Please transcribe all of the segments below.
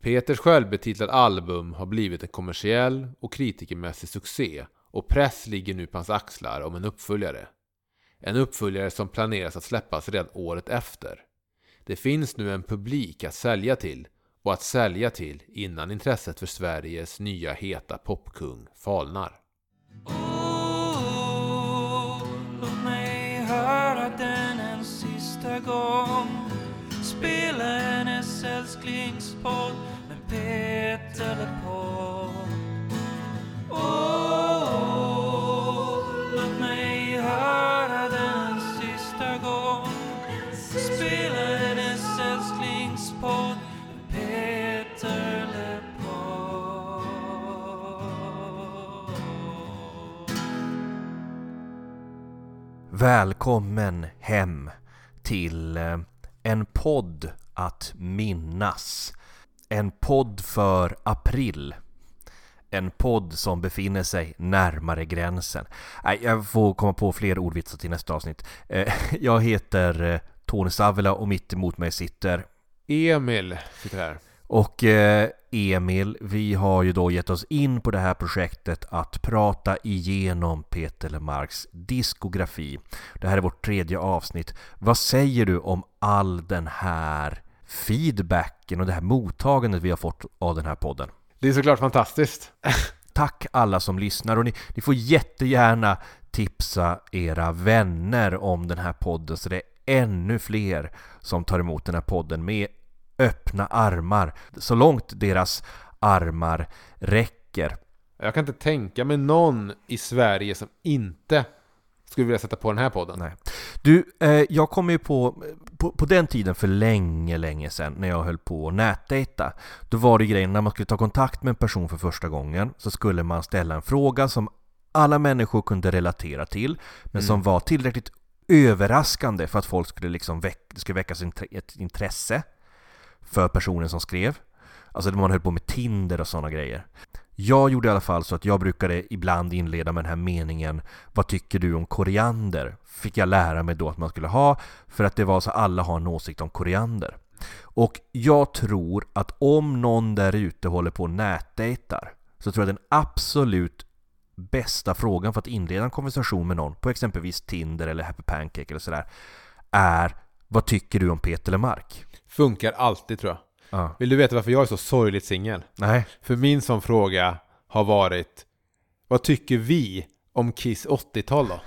Peters självbetitlade album har blivit en kommersiell och kritikermässig succé och press ligger nu på hans axlar om en uppföljare. En uppföljare som planeras att släppas redan året efter. Det finns nu en publik att sälja till och att sälja till innan intresset för Sveriges nya heta popkung falnar. Låt mig höra den en sista gång. Spela hennes älsklingspodd med Peter LePaul. Låt mig höra den sista gång. Spela hennes älsklingspodd med Peter LePaul. Välkommen hem till en podd att minnas. En podd för april. En podd som befinner sig närmare gränsen. Jag får komma på fler ordvitsar till nästa avsnitt. Jag heter Tony Savela och mitt emot mig sitter Emil sitter här. Och Emil, vi har ju då gett oss in på det här projektet att prata igenom Peter Lemarks diskografi. Det här är vårt 3:e avsnitt. Vad säger du om all den här feedbacken och det här mottagandet vi har fått av den här podden? Det är såklart fantastiskt. Tack alla som lyssnar, och ni får jättegärna tipsa era vänner om den här podden så det är ännu fler som tar emot den här podden med öppna armar, så långt deras armar räcker. Jag kan inte tänka mig någon i Sverige som inte skulle vilja sätta på den här podden. Nej. Du, jag kom ju på den tiden för länge sedan när jag höll på att nätdejta. Då var det grejen, när man skulle ta kontakt med en person för första gången så skulle man ställa en fråga som alla människor kunde relatera till, men som var tillräckligt överraskande för att folk skulle liksom väckas ett intresse för personen som skrev. Alltså man höll på med Tinder och sådana grejer. Jag gjorde i alla fall så att jag brukade ibland inleda med den här meningen: vad tycker du om koriander? Fick jag lära mig då att man skulle ha, för att det var så alla har en åsikt om koriander. Och jag tror att om någon där ute håller på och nätdejtar, så tror jag den absolut bästa frågan för att inleda en konversation med någon på exempelvis Tinder eller Happy Pancake eller sådär är: vad tycker du om Peter Lemark? Funkar alltid, tror jag. Ja. Vill du veta varför jag är så sorgligt singel? Nej. För min sån fråga har varit: vad tycker vi om Kiss 80-tal då?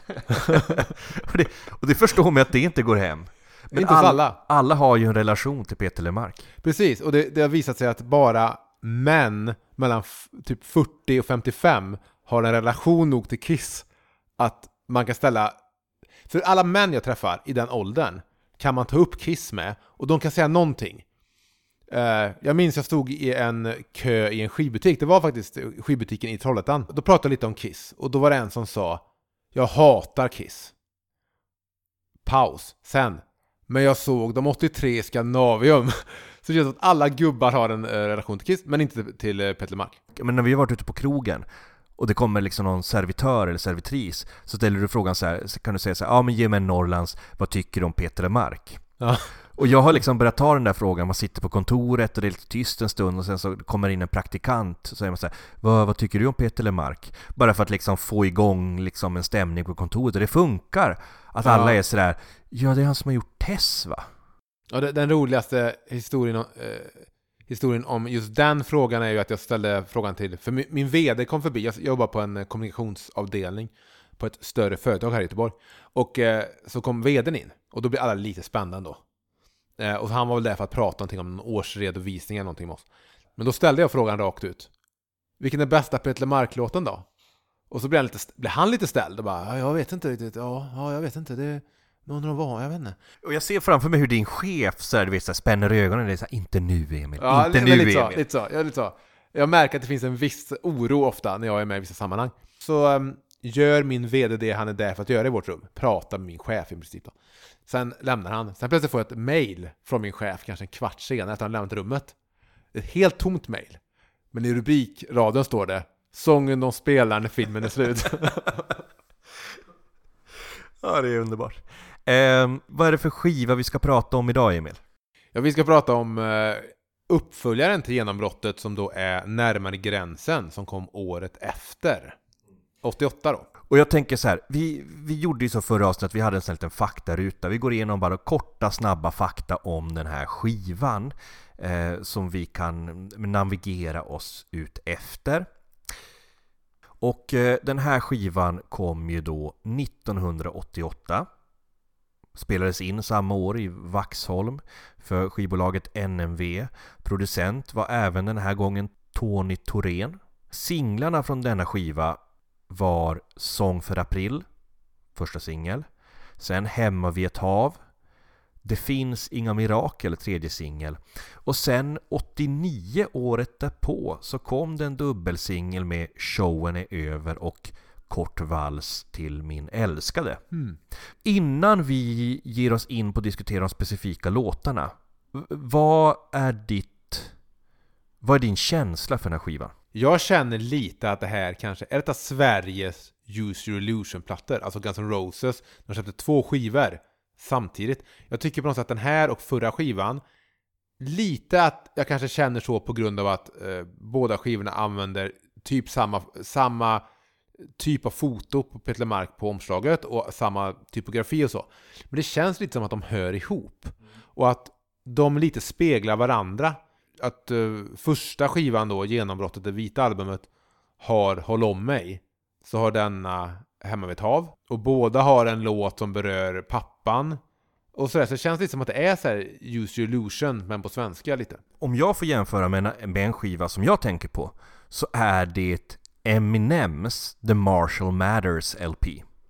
och det förstår mig att det inte går hem. Men inte för alla. Alla har ju en relation till Peter Lemark. Precis, och det har visat sig att bara män mellan typ 40 och 55 har en relation nog till Kiss att man kan ställa... För alla män jag träffar i den åldern kan man ta upp Kiss med, och de kan säga någonting. Jag minns jag stod i en kö i en skivbutik. Det var faktiskt skivbutiken i Trollhättan. Då pratade jag lite om Kiss, och då var det en som sa: jag hatar Kiss. Paus. Sen: men jag såg de 83 i Scandinavium. Så det känns att alla gubbar har en relation till Kiss, men inte till Peter Lemark. Men när vi har varit ute på krogen och det kommer liksom någon servitör eller servitris, så ställer du frågan så här, så kan du säga så här: ja men ge mig Norrlands, vad tycker du om Peter Lemark? Ja. Och jag har liksom börjat ta den där frågan. Man sitter på kontoret och det är lite tyst en stund, och sen så kommer in en praktikant, så säger man så här: vad tycker du om Peter Lemark? Bara för att liksom få igång liksom en stämning på kontoret, och det funkar. Att alla är så där: ja, det är han som har gjort Tess, va? Ja, den roligaste historien om just den frågan är ju att jag ställde frågan till... För min vd kom förbi. Jag jobbar på en kommunikationsavdelning på ett större företag här i Göteborg. Och så kom vdn in. Och då blir alla lite spända då. Och han var väl där för att prata någonting om en årsredovisning eller någonting med oss. Men då ställde jag frågan rakt ut: vilken är bästa Peter Lemark-låten då? Och så blev han lite ställd och bara: jag vet inte riktigt. Ja, jag vet inte. Det någon av dem var, jag vet inte. Och jag ser framför mig hur din chef så här, du vet, så här, spänner ögonen, och det är så här: inte nu, Emil. Ja, inte nu, lite Emil. Lite så. Jag märker att det finns en viss oro ofta när jag är med i vissa sammanhang. Så gör min vd det han är där för att göra i vårt rum. Prata med min chef i princip då. Sen lämnar han. Sen plötsligt får jag ett mail från min chef kanske en kvart senare efter han lämnat rummet. Ett helt tomt mail. Men i rubrikraden står det: sången de spelar när filmen är slut. Ja, det är underbart. Vad är det för skiva vi ska prata om idag, Emil? Ja, vi ska prata om uppföljaren till genombrottet som då är Närmare gränsen som kom året efter. 88 då. Och jag tänker så här, vi gjorde ju så förra avsnittet att vi hade en sån liten faktaruta. Vi går igenom bara korta, snabba fakta om den här skivan som vi kan navigera oss ut efter. Och den här skivan kom ju då 1988. Spelades in samma år i Vaxholm för skivbolaget NMV. Producent var även den här gången Tony Thorén. Singlarna från denna skiva var Sång för april, första singel. Sen Hemma vid ett hav. Det finns inga mirakel, tredje singel. Och sen 89 året därpå så kom det en dubbelsingel med Showen är över och Kort vals till min älskade. Innan vi ger oss in på att diskutera de specifika låtarna, vad är din känsla för den här skivan? Jag känner lite att det här kanske är ett av Sveriges Use Your Illusion-plattor, alltså Guns N' Roses. De släppte 2 skivor samtidigt. Jag tycker på något sätt att den här och förra skivan, lite att jag kanske känner så på grund av att båda skivorna använder typ samma typ av foto på Peter Lemark på omslaget och samma typografi och så. Men det känns lite som att de hör ihop och att de lite speglar varandra. Att första skivan då, genombrottet, det vita albumet, har Håll om mig, så har denna Hemma vid ett hav, och båda har en låt som berör pappan och så det känns lite som att det är så här Use Your Illusion men på svenska lite. Om jag får jämföra med en skiva som jag tänker på, så är det Eminems The Marshall Mathers LP.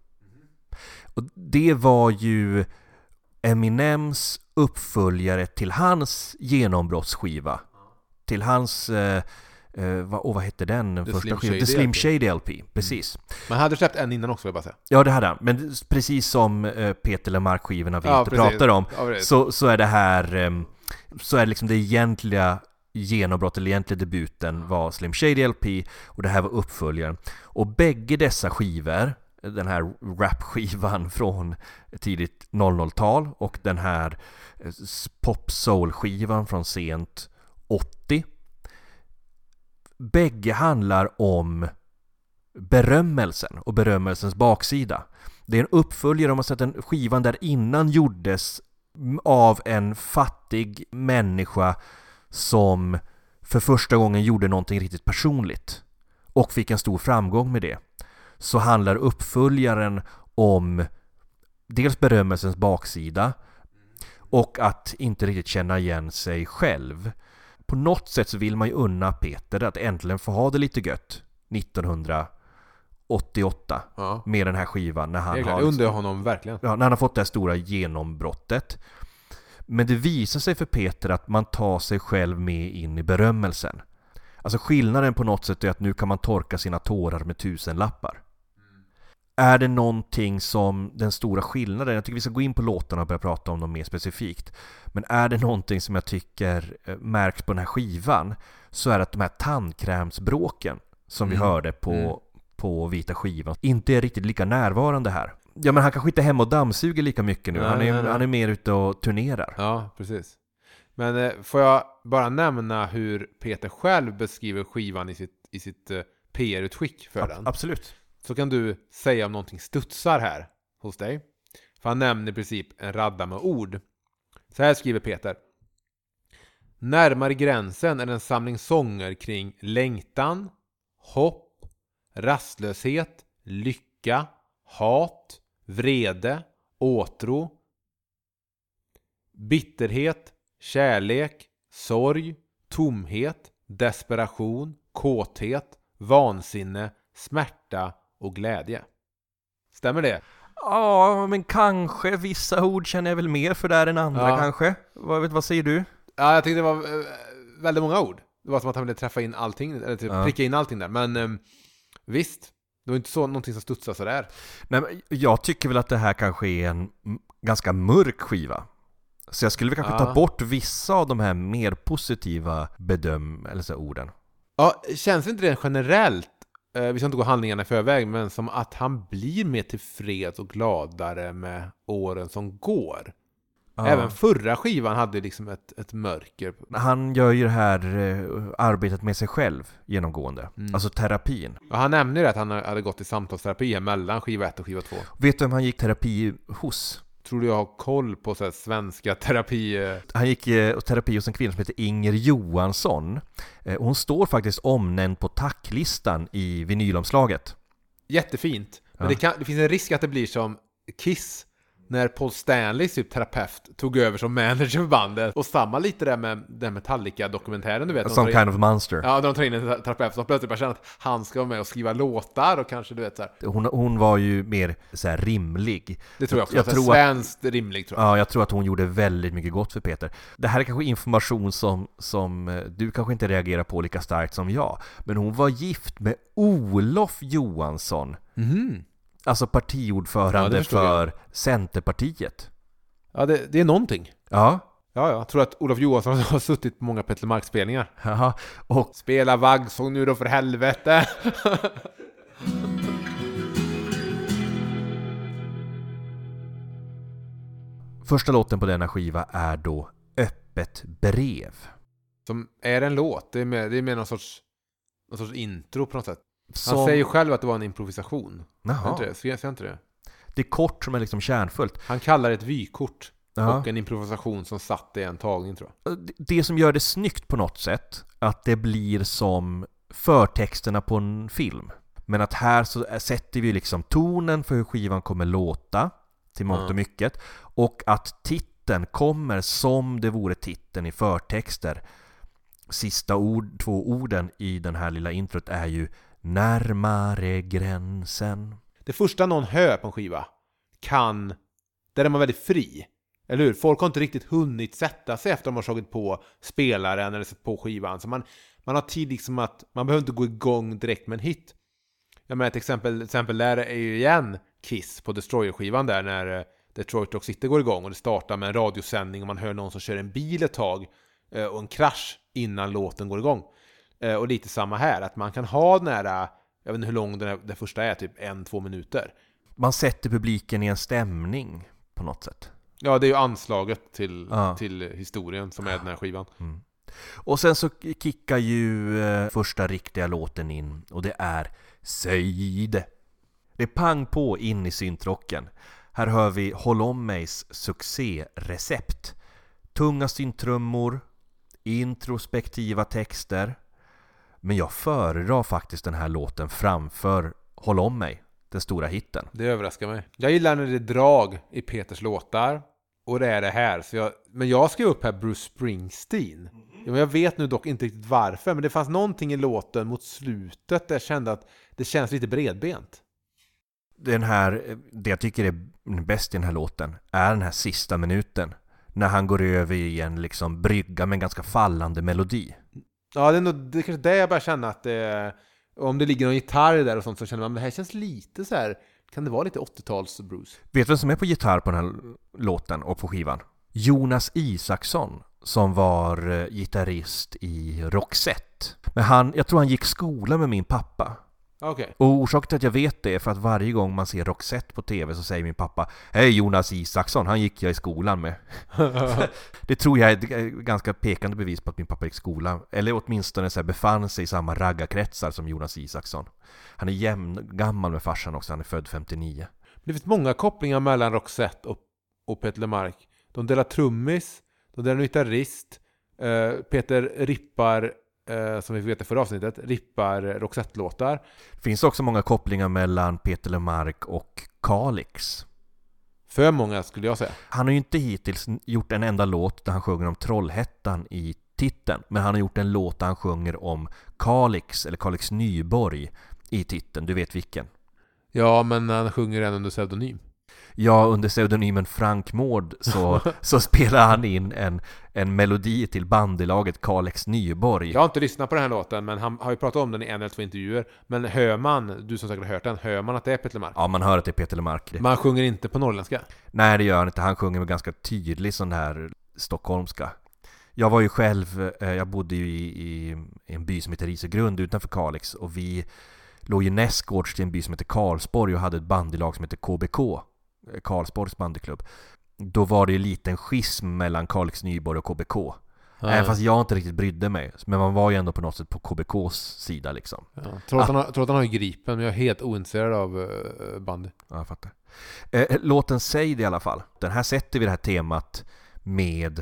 Och det var ju Eminems uppföljare till hans genombrottsskiva. Till hans vad hette den första skivan? The Slim Shady LP, precis. Man hade släppt en innan också, vill jag bara säga. Ja, det hade han. Men precis som Peter Lemark-skivorna vi inte pratar om, så är det här så är det liksom det egentliga genombrott, eller egentligen debuten var Slim Shady LP, och det här var uppföljaren. Och bägge dessa skivor, den här rap-skivan från tidigt 00-tal och den här pop-soul-skivan från sent 80, bägge handlar om berömmelsen och berömmelsens baksida. Det är en uppföljare, om man sett en skivan där innan gjordes av en fattig människa som för första gången gjorde någonting riktigt personligt och fick en stor framgång med det. Så handlar uppföljaren om dels berömmelsens baksida och att inte riktigt känna igen sig själv. På något sätt så vill man ju unna Peter att äntligen få ha det lite gött 1988 med den här skivan, när han har under honom verkligen. Ja, när han har fått det här stora genombrottet. Men det visar sig för Peter att man tar sig själv med in i berömmelsen. Alltså skillnaden på något sätt är att nu kan man torka sina tårar med 1000 lappar. Är det någonting som den stora skillnaden, jag tycker vi ska gå in på låtarna och börja prata om dem mer specifikt, men är det någonting som jag tycker märks på den här skivan, så är det att de här tandkrämsbråken som vi hörde på vita skivan inte är riktigt lika närvarande här. Ja, men han kanske inte hemma och dammsuger lika mycket nu. Han är mer ute och turnerar. Ja, precis. Men får jag bara nämna hur Peter själv beskriver skivan i sitt PR-utskick för den? Absolut. Så kan du säga om någonting studsar här hos dig. För han nämner i princip en radda med ord. Så här skriver Peter: Närmare gränsen är en samling sånger kring längtan, hopp, rastlöshet, lycka, hat, vrede, åtrå, bitterhet, kärlek, sorg, tomhet, desperation, kåthet, vansinne, smärta och glädje. Stämmer det? Ja, men kanske vissa ord känner jag väl mer för där än andra kanske. Vad säger du? Ja, jag tyckte det var väldigt många ord. Det var som att han ville träffa in allting, eller typ pricka in allting där. Men visst, det var inte så någonting som studsar sådär. Nej, men jag tycker väl att det här kanske är en ganska mörk skiva. Så jag skulle väl kanske ta bort vissa av de här mer positiva orden. Ja, känns inte det generellt, vi ska inte gå handlingarna i förväg, men som att han blir mer tillfreds och gladare med åren som går? Ja. Även förra skivan hade liksom ett mörker. Han gör ju det här arbetet med sig själv genomgående. Alltså terapin. Och han nämnde ju att han hade gått i samtalsterapi mellan skiva 1 och skiva 2. Vet du vem han gick terapi hos? Tror du jag har koll på så här svenska terapi? Han gick terapi hos en kvinna som heter Inger Johansson. Hon står faktiskt omnämnd på tacklistan i vinylomslaget. Jättefint. Men det finns en risk att det blir som Kiss när Paul Stanley, typ terapeut, tog över som manager för bandet. Och samma lite där med den Metallica-dokumentären, du vet. Some kind of monster. Ja, de tar in en terapeut som plötsligt bara känner att han ska vara med och skriva låtar och kanske, du vet så här. Hon var ju mer så här rimlig. Det tror jag också. Jag tror svenskt rimlig, tror jag. Ja, jag tror att hon gjorde väldigt mycket gott för Peter. Det här är kanske information som du kanske inte reagerar på lika starkt som jag. Men hon var gift med Olof Johansson. Alltså partiordförande för Centerpartiet. Ja, det är någonting. Ja. Ja, jag tror att Olof Johansson har suttit på många Peter Mark-spelningar. Jaha, och spela vaggsång nu då för helvete. första låten på denna skiva är då Öppet brev. Som är en låt. Det är mer någon sorts intro på något sätt. Han säger själv att det var en improvisation. Jaha. Ser inte det? Det är kort som är liksom kärnfullt. Han kallar det ett vykort. Ja. Och en improvisation som satt i en tagning, tror jag. Det som gör det snyggt på något sätt, att det blir som förtexterna på en film. Men att här så sätter vi liksom tonen för hur skivan kommer låta till mångt och mycket. Och att titeln kommer som det vore titeln i förtexter. Sista två orden i den här lilla introt är ju närmare gränsen. Det första någon hör på en skiva där är man väldigt fri. Eller hur? Folk har inte riktigt hunnit sätta sig efter de har slagit på spelaren eller sett på skivan. Så man har tid liksom att man behöver inte gå igång direkt med en hit. Jag menar ett exempel där är ju igen Kiss på Destroyer-skivan där när Detroit Rock City går igång och det startar med en radiosändning och man hör någon som kör en bil ett tag och en krasch innan låten går igång. Och lite samma här, att man kan ha den här, jag vet inte hur lång den första är, typ 1-2 minuter. Man sätter publiken i en stämning på något sätt. Ja, det är ju anslaget till historien som är den här skivan. Och sen så kickar ju första riktiga låten in och det är Säg det. Det är pang på in i syntrocken. Här hör vi Håll om mejs succérecept. Tunga syntrummor, introspektiva texter. Men jag föredrar faktiskt den här låten framför Håll om mig, den stora hitten. Det överraskar mig. Jag gillar när det är drag i Peters låtar. Och det är det här. Men jag skrev upp här Bruce Springsteen. Jag vet nu dock inte riktigt varför. Men det fanns någonting i låten mot slutet där jag kände att det känns lite bredbent. Det jag tycker är bäst i den här låten är den här sista minuten. När han går över i en liksom brygga med en ganska fallande melodi. Ja, det är kanske det jag börjar känna att om det ligger någon gitarr där och sånt så känner man att det här känns lite så här. Kan det vara lite 80-tals Bruce? Vet du vem som är på gitarr på den här låten och på skivan? Jonas Isaksson, som var gitarrist i Roxette. Men jag tror han gick skola med min pappa. Okay. Och orsaken till att jag vet det är för att varje gång man ser Roxette på tv så säger min pappa: hej, Jonas Isaksson, han gick jag i skolan med. Det tror jag är ett ganska pekande bevis på att min pappa gick i skolan. Eller åtminstone så här befann sig i samma raggarkretsar som Jonas Isaksson. Han är gammal med farsan också, han är född 59. Det finns många kopplingar mellan Roxette och Peter LeMarc. De delar trummis, de delar en gitarrist. Peter rippar, som vi vet i förra avsnittet, rippar Roxette-låtar. Det finns också många kopplingar mellan Peter LeMarc och Kalix. För många skulle jag säga. Han har ju inte hittills gjort en enda låt där han sjunger om Trollhättan i titeln. Men han har gjort en låt där han sjunger om Kalix eller Kalix Nyborg i titeln. Du vet vilken? Ja, men han sjunger den under pseudonym. Ja, under pseudonymen Frank Mård så spelar han in en melodi till bandylaget Kalix Nyborg. Jag har inte lyssnat på den här låten, men han har ju pratat om den i en eller två intervjuer. Men hör man, du som säkert har hört den, hör man att det är Peter LeMarc? Ja, man hör att det är Peter LeMarc. Man sjunger inte på norrländska? Nej, det gör han inte. Han sjunger med ganska tydlig sån här stockholmska. Jag var ju själv, jag bodde ju i en by som heter Risegrund utanför Kalix. Och vi låg ju nästgårds till en by som heter Karlsborg och hade ett bandylag som heter KBK. Karlsborgs bandyklubb. då var det ju lite en schism mellan Kalix Nyborg och KBK. Även fast jag inte riktigt brydde mig. Men man var ju ändå på något sätt på KBKs sida liksom. Ja. Tror att han har ju Gripen, men jag är helt ointresserad av bandy. Ja, jag fattar. Låten Säg det i alla fall. Den här sätter vi det här temat med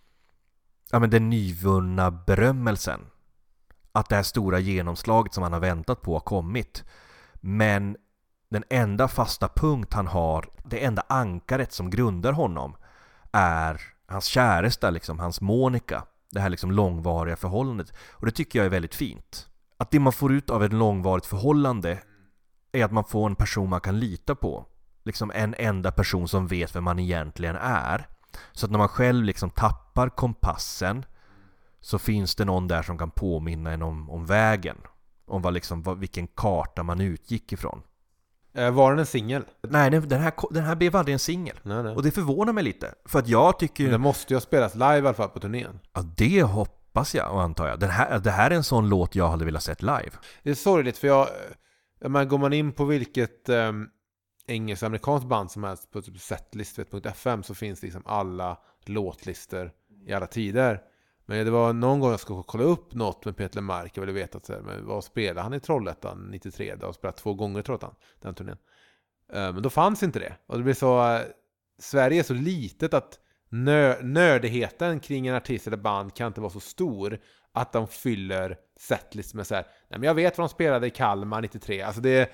den nyvunna berömmelsen. Att det här stora genomslaget som han har väntat på har kommit. Men den enda fasta punkt han har, det enda ankaret som grundar honom, är hans käresta, liksom, hans Monica. Det här liksom långvariga förhållandet. Och det tycker jag är väldigt fint. Att det man får ut av ett långvarigt förhållande är att man får en person man kan lita på. Liksom en enda person som vet vem man egentligen är. Så att när man själv liksom tappar kompassen, så finns det någon där som kan påminna en om vägen. Om vilken karta man utgick ifrån. Var den en singel? Nej, den här blev aldrig en singel. Och det förvånar mig lite. För att jag tycker... Den måste ju ha spelats live i alla fall på turnén. Ja, det hoppas jag och antar jag. Det här är en sån låt jag hade velat sett live. Det är sorgligt för går man in på vilket engelsk-amerikanskt band som helst på typ setlist.fm, så finns liksom alla låtlister i alla tider. Men det var någon gång jag skulle kolla upp något med Peter Lemark. Jag ville veta men vad spelade han i Trollhättan 93? Det har spelat 2 gånger i Trollhättan, den turnén. Men då fanns inte det. Och det blir så... Sverige är så litet att nördigheten kring en artist eller band kan inte vara så stor att de fyller setlist med så här: nej, men jag vet vad de spelade i Kalmar 93. Alltså det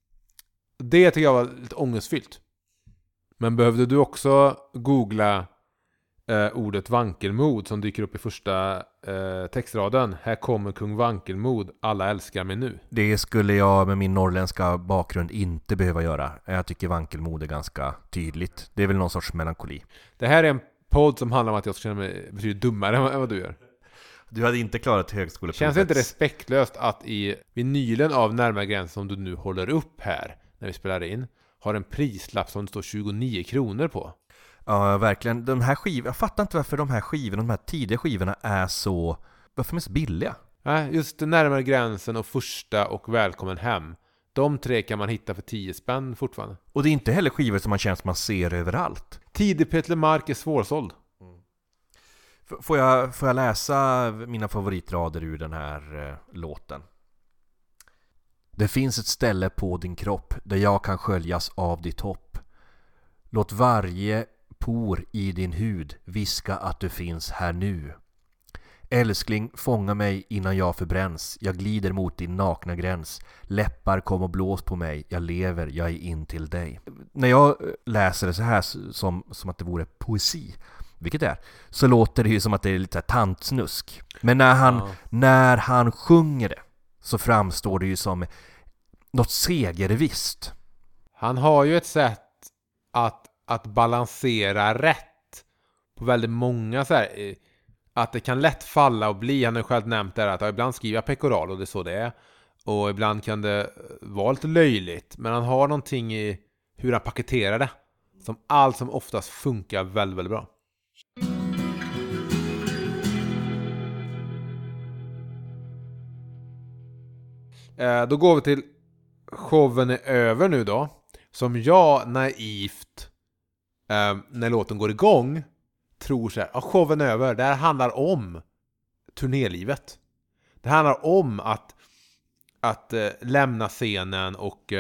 tycker jag var lite ångestfyllt. Men behövde du också googla ordet vankelmod som dyker upp i första textraden? Här kommer kung Vankelmod, alla älskar mig nu. Det skulle jag med min norrländska bakgrund inte behöva göra. Jag tycker vankelmod är ganska tydligt. Det är väl någon sorts melankoli. Det här är en podd som handlar om att jag ska känna mig betydligt dummare än vad du gör. Du hade inte klarat högskoleprovet. Känns det inte respektlöst att vid nylen av närmare gränsen som du nu håller upp här när vi spelar in, har en prislapp som det står 29 kronor på? Ja, verkligen. De här jag fattar inte varför de här tidiga skivorna är så... Varför de är så billiga? Nej, just närmare gränsen och första och välkommen hem. De 3 kan man hitta för 10 spänn fortfarande. Och det är inte heller skivor som man känns man ser överallt. Tidig Peter Lemark är svårsåld. Får jag läsa mina favoritrader ur den här låten? Det finns ett ställe på din kropp där jag kan sköljas av ditt hopp. Låt varje por i din hud viska att du finns här nu. Älskling, fånga mig innan jag förbränns. Jag glider mot din nakna gräns. Läppar kom och blås på mig. Jag lever, jag är in till dig. När jag läser det så här som att det vore poesi, vilket det är, så låter det ju som att det är lite tantsnusk. Men när han sjunger det, så framstår det ju som något segervisst. Han har ju ett sätt att balansera rätt på väldigt många så här, att det kan lätt falla och bli, han har själv nämnt det, att ibland skriver jag pekoral och det är så det är, och ibland kan det vara lite löjligt, men han har någonting i hur han paketerar det som allt som oftast funkar väldigt, väldigt bra. Då går vi till showen är över nu då, som jag naivt när låten går igång tror så här: showen är över. Det här handlar om turnélivet. Det handlar om att lämna scenen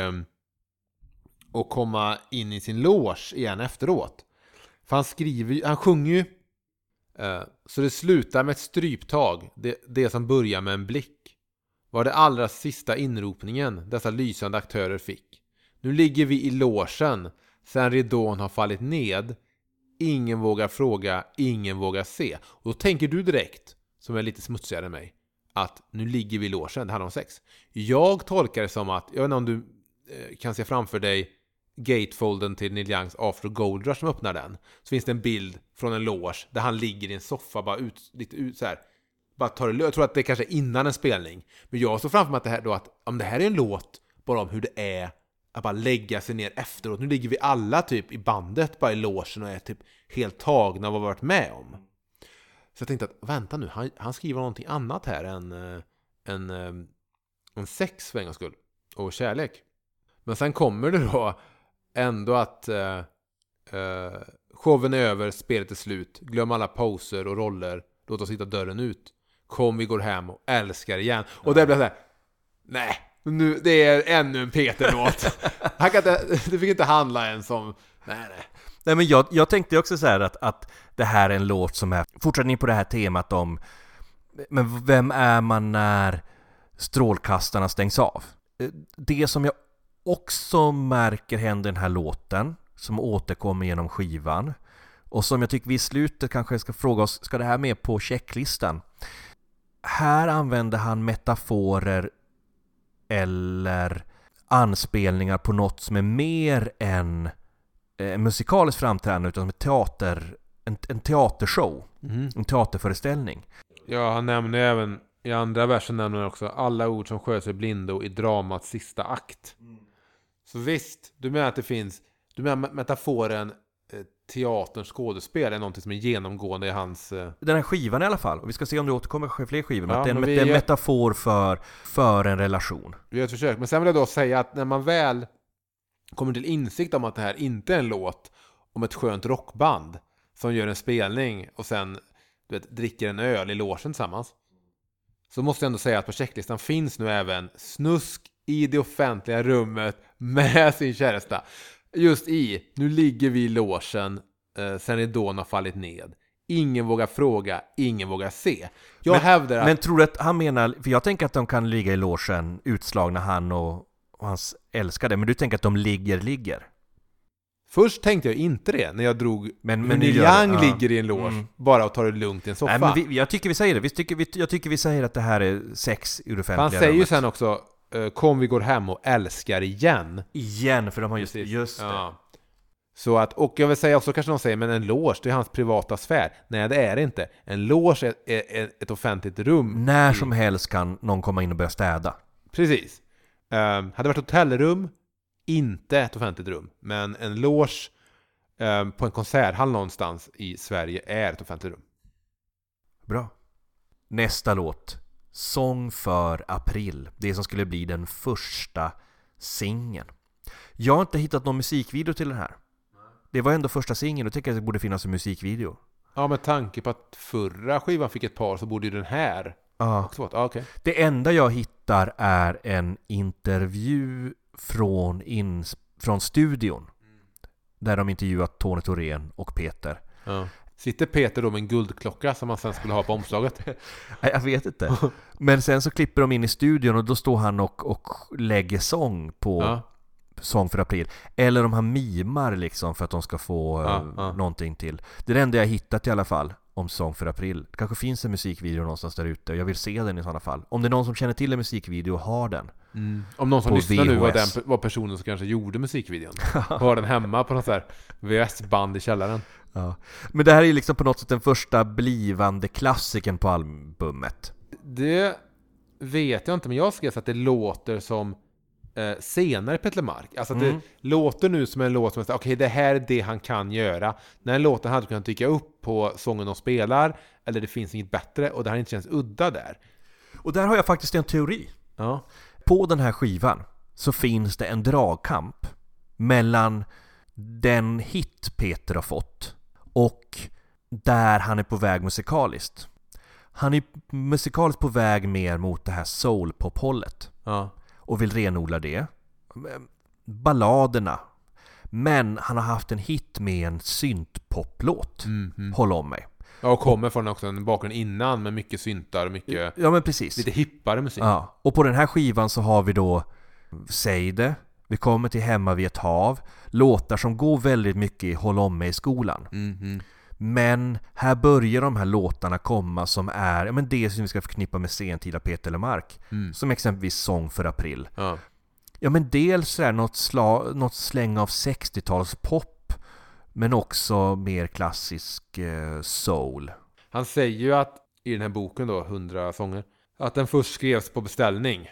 och komma in i sin loge igen efteråt. För han sjunger ju så det slutar med ett stryptag. Det som börjar med en blick var det allra sista inropningen dessa lysande aktörer fick. Nu ligger vi i logen sen ridån har fallit ned. Ingen vågar fråga, ingen vågar se. Och då tänker du direkt, som är lite smutsigare än mig, att nu ligger vi i logen, det handlar om sex. Jag tolkar det som att, jag vet inte om du kan se framför dig gatefolden till Neil Youngs After Gold Rush som öppnar den. Så finns det en bild från en loge där han ligger i en soffa bara lite ut så här. Bara tar det, jag tror att det kanske är innan en spelning. Men jag står framför mig att det här, då att om det här är en låt bara om hur det är att bara lägga sig ner efteråt. Nu ligger vi alla typ i bandet bara i logen och är typ helt tagna av vad vi varit med om. Så jag tänkte att vänta nu, han skriver någonting annat här än sex för en gångs skull. Och kärlek. Men sen kommer det då ändå att Showen är över, spelet är slut. Glöm alla pauser och roller. Låt oss hitta dörren ut. Kom, vi går hem och älskar igen. Och det blev så här. Nej, nu, det är ännu en Peter-låt. Det fick inte handla ens om... Nej, men jag tänkte också så här att det här är en låt som är fortsättning på det här temat om men vem är man när strålkastarna stängs av? Det som jag också märker händer den här låten som återkommer genom skivan och som jag tycker vi i slutet kanske ska fråga oss, ska det här med på checklistan? Här använder han metaforer eller anspelningar på något som är mer än musikaliskt framträdande utan som en teatershow, en teaterföreställning. Ja, han nämner även i andra versen nämner han också alla ord som sköts i blindo i dramats sista akt. Så visst, du menar att det finns, du menar metaforen teaterns skådespel är någonting som är genomgående i hans... Den här skivan i alla fall, och vi ska se om det återkommer fler skivor, men Ja, att det är men en metafor för en relation. Vi har ett försök, men sen vill jag då säga att när man väl kommer till insikt om att det här inte är en låt om ett skönt rockband som gör en spelning och sen dricker en öl i logen tillsammans, så måste jag ändå säga att på checklistan finns nu även snusk i det offentliga rummet med sin käresta. Just nu ligger vi i logen sen ridån har fallit ned. Ingen vågar fråga, ingen vågar se. Hävdar att... Men tror du att han menar, för jag tänker att de kan ligga i logen utslagna, han och hans älskade, men du tänker att de ligger? Först tänkte jag inte det när jag drog men Neil Young ligger i en loge bara och tar det lugnt i en soffa. Nej, men jag tycker vi säger det. Jag tycker vi säger att det här är sex ur offentliga Han säger rummet. ju sen också kom vi går hem och älskar igen. Igen, för de har just det. Ja. Så att, och jag vill säga också, kanske någon säger, men en loge, det är hans privata sfär. Nej, det är det inte. En loge är ett offentligt rum. När som helst kan någon komma in och börja städa. Precis. Hade det varit hotellrum, inte ett offentligt rum. Men en loge på en konserthall någonstans i Sverige är ett offentligt rum. Bra. Nästa låt. Sång för april. Det som skulle bli den första singeln. Jag har inte hittat någon musikvideo till den här. Det var ändå första singeln, och tycker jag att det borde finnas en musikvideo. Ja, med tanke på att förra skivan fick ett par så borde ju den här också vara. Okay. Det enda jag hittar är en intervju från studion. Där de intervjuat Tony Thorén och Peter. Ja. Sitter Peter då med en guldklocka som man sen skulle ha på omslaget? Nej, jag vet inte. Men sen så klipper de in i studion och då står han och lägger sång på Sång för april. Eller om han mimar liksom för att de ska få någonting till. Det är det enda jag hittat i alla fall om Sång för april. Det kanske finns en musikvideo någonstans där ute och jag vill se den i sådana fall. Om det är någon som känner till en musikvideo och har den. Om någon som lyssnar nu var personen som kanske gjorde musikvideon. Har den hemma på något så här VHS-band i källaren. Ja. Men det här är liksom på något sätt den första blivande klassiken på albumet. Det vet jag inte, men jag skrev att det låter som senare Peter Mark. Alltså att det låter nu som en låt som okej, det här är det han kan göra. När en låten hade kunnat dyka upp på sången de spelar, eller det finns inget bättre, och det här inte känns udda där. Och där har jag faktiskt en teori. Ja. På den här skivan så finns det en dragkamp mellan den hit Peter har fått och där han är på väg musikaliskt. Han är musikaliskt på väg mer mot det här soul-pop-hållet. Ja. Och vill renodla det. Balladerna. Men han har haft en hit med en synt-pop-låt. Håll om mig. Ja, och kommer från också en bakgrund innan med mycket syntar och mycket... Ja, men precis. Lite hippare musik. Ja. Och på den här skivan så har vi då Säg det. Vi kommer till Hemma vid ett hav. Låtar som går väldigt mycket i Håll om mig i skolan. Men här börjar de här låtarna komma som är det som vi ska förknippa med sentida Peter Lemark. Som exempelvis Sång för april. Ja. Ja, men dels är något släng av 60-tals pop, men också mer klassisk soul. Han säger ju att i den här boken då, 100 sånger, att den först skrevs på beställning.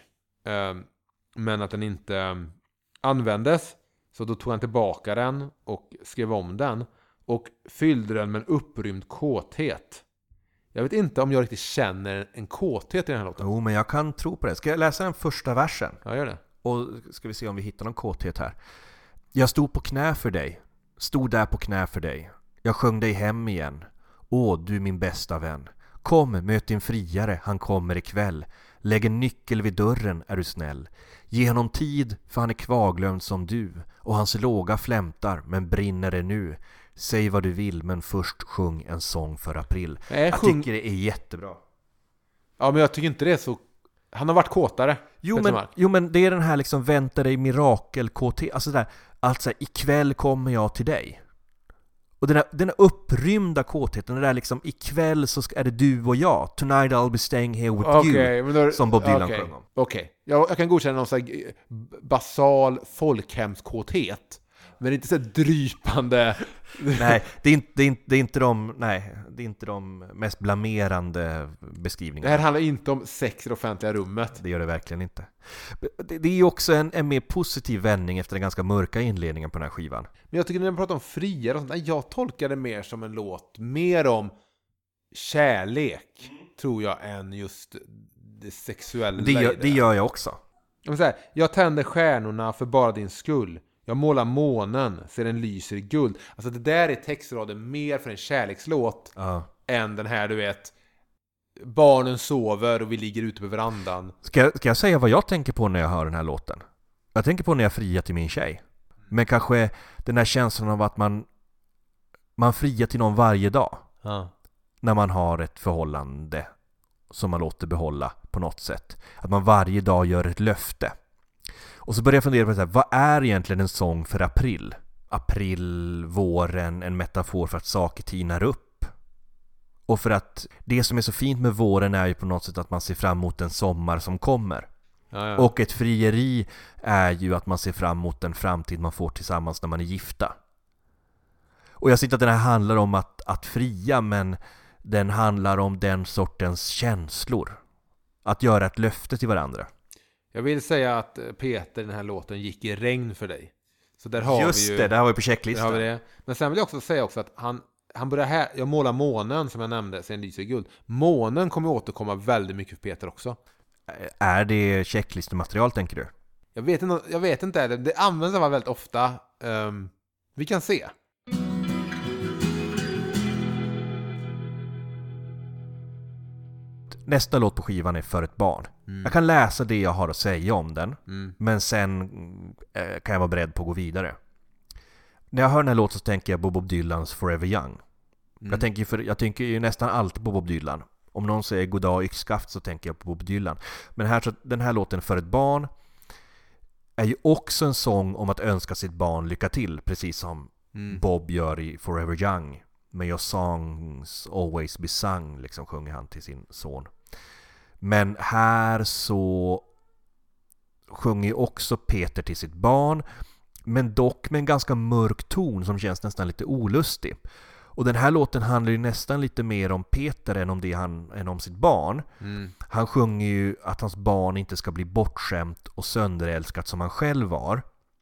Men att den inte användes. Så då tog han tillbaka den och skrev om den. Och fyllde den med en upprymd kåthet. Jag vet inte om jag riktigt känner en kåthet i den här låten. Jo, men jag kan tro på det. Ska jag läsa den första versen? Ja, gör det. Och ska vi se om vi hittar någon kåthet här. Jag stod på knä för dig. Stod där på knä för dig. Jag sjöng dig hem igen. Åh, du min bästa vän. Kom, möt din friare, han kommer ikväll. Lägg en nyckel vid dörren, är du snäll. Ge honom tid, för han är kvarglömd som du. Och hans låga flämtar, men brinner det nu. Säg vad du vill, men först sjung en sång för april. Jag tycker det är jättebra. Ja, men jag tycker inte det är så... Han har varit kåtare. Jo, men det är den här liksom vänta dig mirakel-KT. Alltså där, alltså ikväll kommer jag till dig. Och den här upprymda kåtheten, den där liksom ikväll så är det du och jag. Tonight I'll be staying here with you. Då, som Bob Dylan sjöng om. Okej. Jag kan godkänna någon sån här basal folkhemskåthet. Men det är inte så drypande. Nej, det är inte de mest blamerande beskrivningarna. Det här handlar inte om sex i det offentliga rummet. Det gör det verkligen inte. Det är ju också en mer positiv vändning efter den ganska mörka inledningen på den här skivan. Men jag tycker när man pratar om friare och sånt, jag tolkar det mer som en låt mer om kärlek, tror jag, än just det sexuella. Det gör jag också. Jag tänder stjärnorna för bara din skull. Jag målar månen, ser den lyser i guld. Alltså det där är textraden mer för en kärlekslåt än den här, du vet, barnen sover och vi ligger ute på verandan. Ska jag säga vad jag tänker på när jag hör den här låten? Jag tänker på när jag friar till min tjej. Men kanske den här känslan av att man friar till någon varje dag. När man har ett förhållande som man låter behålla på något sätt. Att man varje dag gör ett löfte. Och så börjar jag fundera på så här, vad är egentligen en sång för april? April, våren, en metafor för att saker tinar upp. Och för att det som är så fint med våren är ju på något sätt att man ser fram emot en sommar som kommer. Ja. Och ett frieri är ju att man ser fram emot en framtid man får tillsammans när man är gifta. Och jag ser inte att den här handlar om att fria, men den handlar om den sortens känslor. Att göra ett löfte till varandra. Jag vill säga att Peter, den här låten, gick i regn för dig. Så där har just vi ju, det har vi på checklistan. Har vi det. Men sen vill jag också säga att han börjar här, jag målar månen som jag nämnde, sen lyser guld. Månen kommer återkomma väldigt mycket för Peter också. Är det checklistematerial, tänker du? Jag vet inte. Det används väldigt ofta. Vi kan se. Nästa låt på skivan är För ett barn. Jag kan läsa det jag har att säga om den. Men sen kan jag vara beredd på att gå vidare. När jag hör den här låten så tänker jag på Bob Dylans Forever Young. Jag tänker ju nästan alltid på Bob Dylan. Om någon säger goddag yxskaft så tänker jag på Bob Dylan. Men den här låten För ett barn är ju också en sång om att önska sitt barn lycka till. Precis som Bob gör i Forever Young. May your songs always be sung, liksom sjunger han till sin son. Men här så sjunger ju också Peter till sitt barn, men dock med en ganska mörk ton som känns nästan lite olustig. Och den här låten handlar ju nästan lite mer om Peter än om sitt barn. Han sjunger ju att hans barn inte ska bli bortskämt och sönderälskat som han själv var.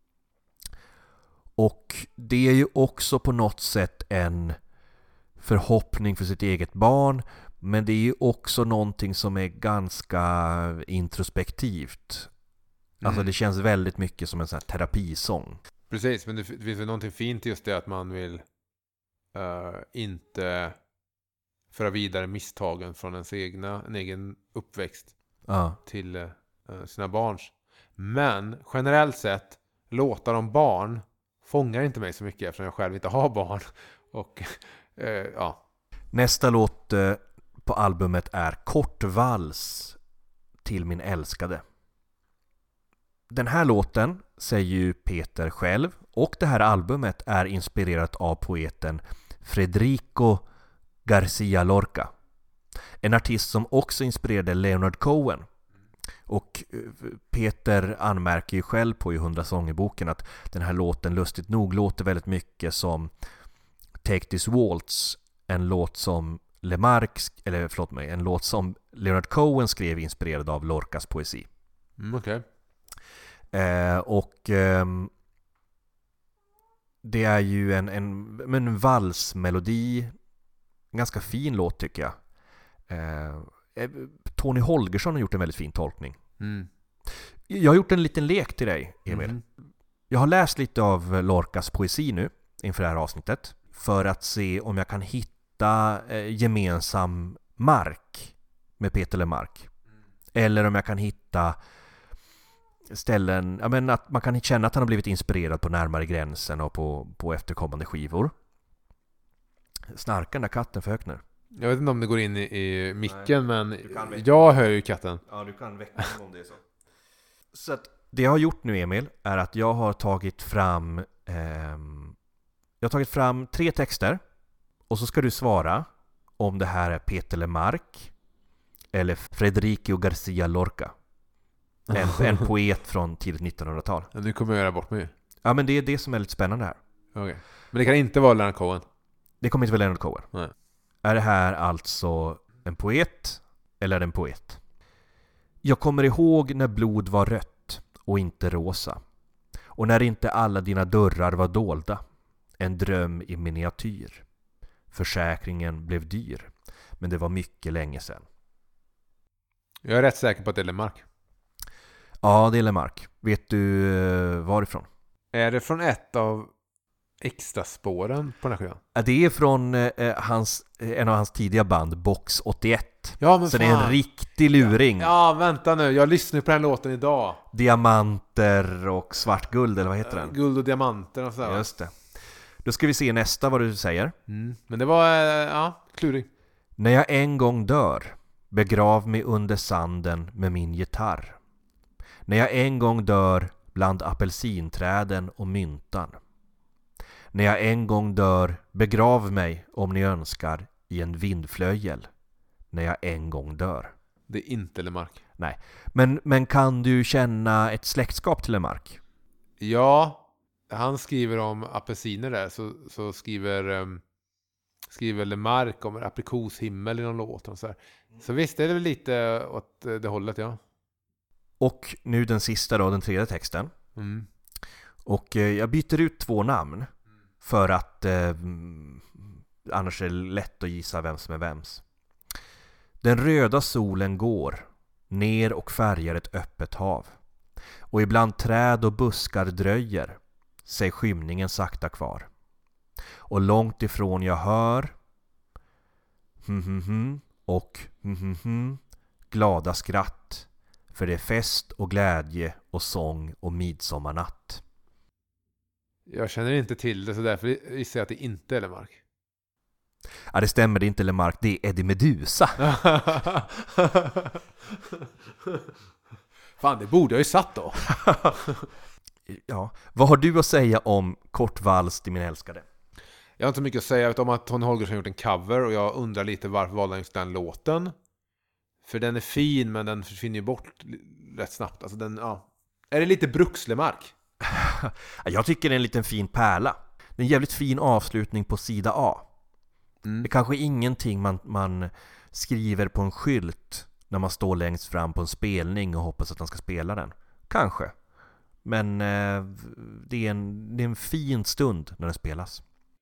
Och det är ju också på något sätt en förhoppning för sitt eget barn, men det är ju också någonting som är ganska introspektivt. Alltså det känns väldigt mycket som en sån här terapisång. Precis, men det finns väl någonting fint just det att man vill inte föra vidare misstagen från en egen uppväxt till sina barns. Men generellt sett, låtar om barn fångar inte mig så mycket eftersom jag själv inte har barn. Och Nästa låt på albumet är Kort vals till min älskade. Den här låten säger ju Peter själv, och det här albumet är inspirerat av poeten Federico García Lorca. En artist som också inspirerade Leonard Cohen. Och Peter anmärker ju själv på i 100 sånger-boken att den här låten lustigt nog låter väldigt mycket som Take This Waltz, en låt som en låt som Leonard Cohen skrev inspirerad av Lorcas poesi. Okej. Det är ju en valsmelodi, en ganska fin låt tycker jag. Tony Holgersson har gjort en väldigt fin tolkning. Jag har gjort en liten lek till dig, Emil. Jag har läst lite av Lorcas poesi nu inför det här avsnittet. för att se om jag kan hitta gemensam mark med Peter Lemark. Eller om jag kan hitta ställen, att man kan känna att han har blivit inspirerad på Närmare gränsen och på efterkommande skivor. Snarkar den där katten för högt nu? Jag vet inte om det går in i micken, men väcka jag hör ju katten. Ja, du kan väcka den om det är så. Så att det jag har gjort nu, Emil, är att jag har tagit fram 3 texter och så ska du svara om det här är Peter Lemark eller Federico Garcia Lorca. En poet från tidigt 1900-tal. Ja, nu kommer jag göra bort mig. Ja, men det är det som är lite spännande här. Okay. Men det kan inte vara Leonard Cohen. Det kommer inte vara Leonard Cohen. Nej. Är det här alltså en poet eller en poet? Jag kommer ihåg när blod var rött och inte rosa. Och när inte alla dina dörrar var dolda. En dröm i miniatyr. Försäkringen blev dyr. Men det var mycket länge sedan. Jag är rätt säker på att det är Lemark. Ja, det är Lemark. Vet du varifrån? Är det från ett av extra spåren på den här skivan? Ja, det är från en av hans tidiga band, Box 81. Ja, men så fan. Det är en riktig luring. Ja, vänta nu. Jag lyssnar på den låten idag. Diamanter och svart guld, eller vad heter den? Guld och diamanter och sådär. Just det. Då ska vi se nästa vad du säger. Men det var, klurig. När jag en gång dör, begrav mig under sanden med min gitarr. När jag en gång dör bland apelsinträden och myntan. När jag en gång dör, begrav mig om ni önskar i en vindflöjel. När jag en gång dör. Det är inte Lemark. Nej, men kan du känna ett släktskap till Lemark? Ja, han skriver om apelsiner där, så skriver Lemark om aprikoshimmel i någon låt och så här. Så visst är det väl lite åt det hållet, ja. Och nu den sista då, den tredje texten. Och jag byter ut 2 namn för att annars är det lätt att gissa vem som är vems. Den röda solen går ner och färgar ett öppet hav. Och ibland träd och buskar dröjer sig skymningen sakta kvar. Och långt ifrån jag hör och glada skratt. För det är fest och glädje och sång och midsommarnatt. Jag känner inte till det, så därför gissar jag att det inte är Lemark. Ja, det stämmer, det är inte Lemark, det är Eddie Meduza. Fan, det borde jag ju satt då. Ja, vad har du att säga om Kort vals till min älskade? Jag har inte mycket att säga. Jag vet om att Tony Holgersson har gjort en cover och jag undrar lite varför valde han just den låten. För den är fin, men den försvinner ju bort rätt snabbt. Alltså är det lite Brukslemark? Jag tycker det är en liten fin pärla. Det är en jävligt fin avslutning på sida A. Det är kanske ingenting man skriver på en skylt när man står längst fram på en spelning och hoppas att han ska spela den. Kanske. Men det är en fin stund när den spelas.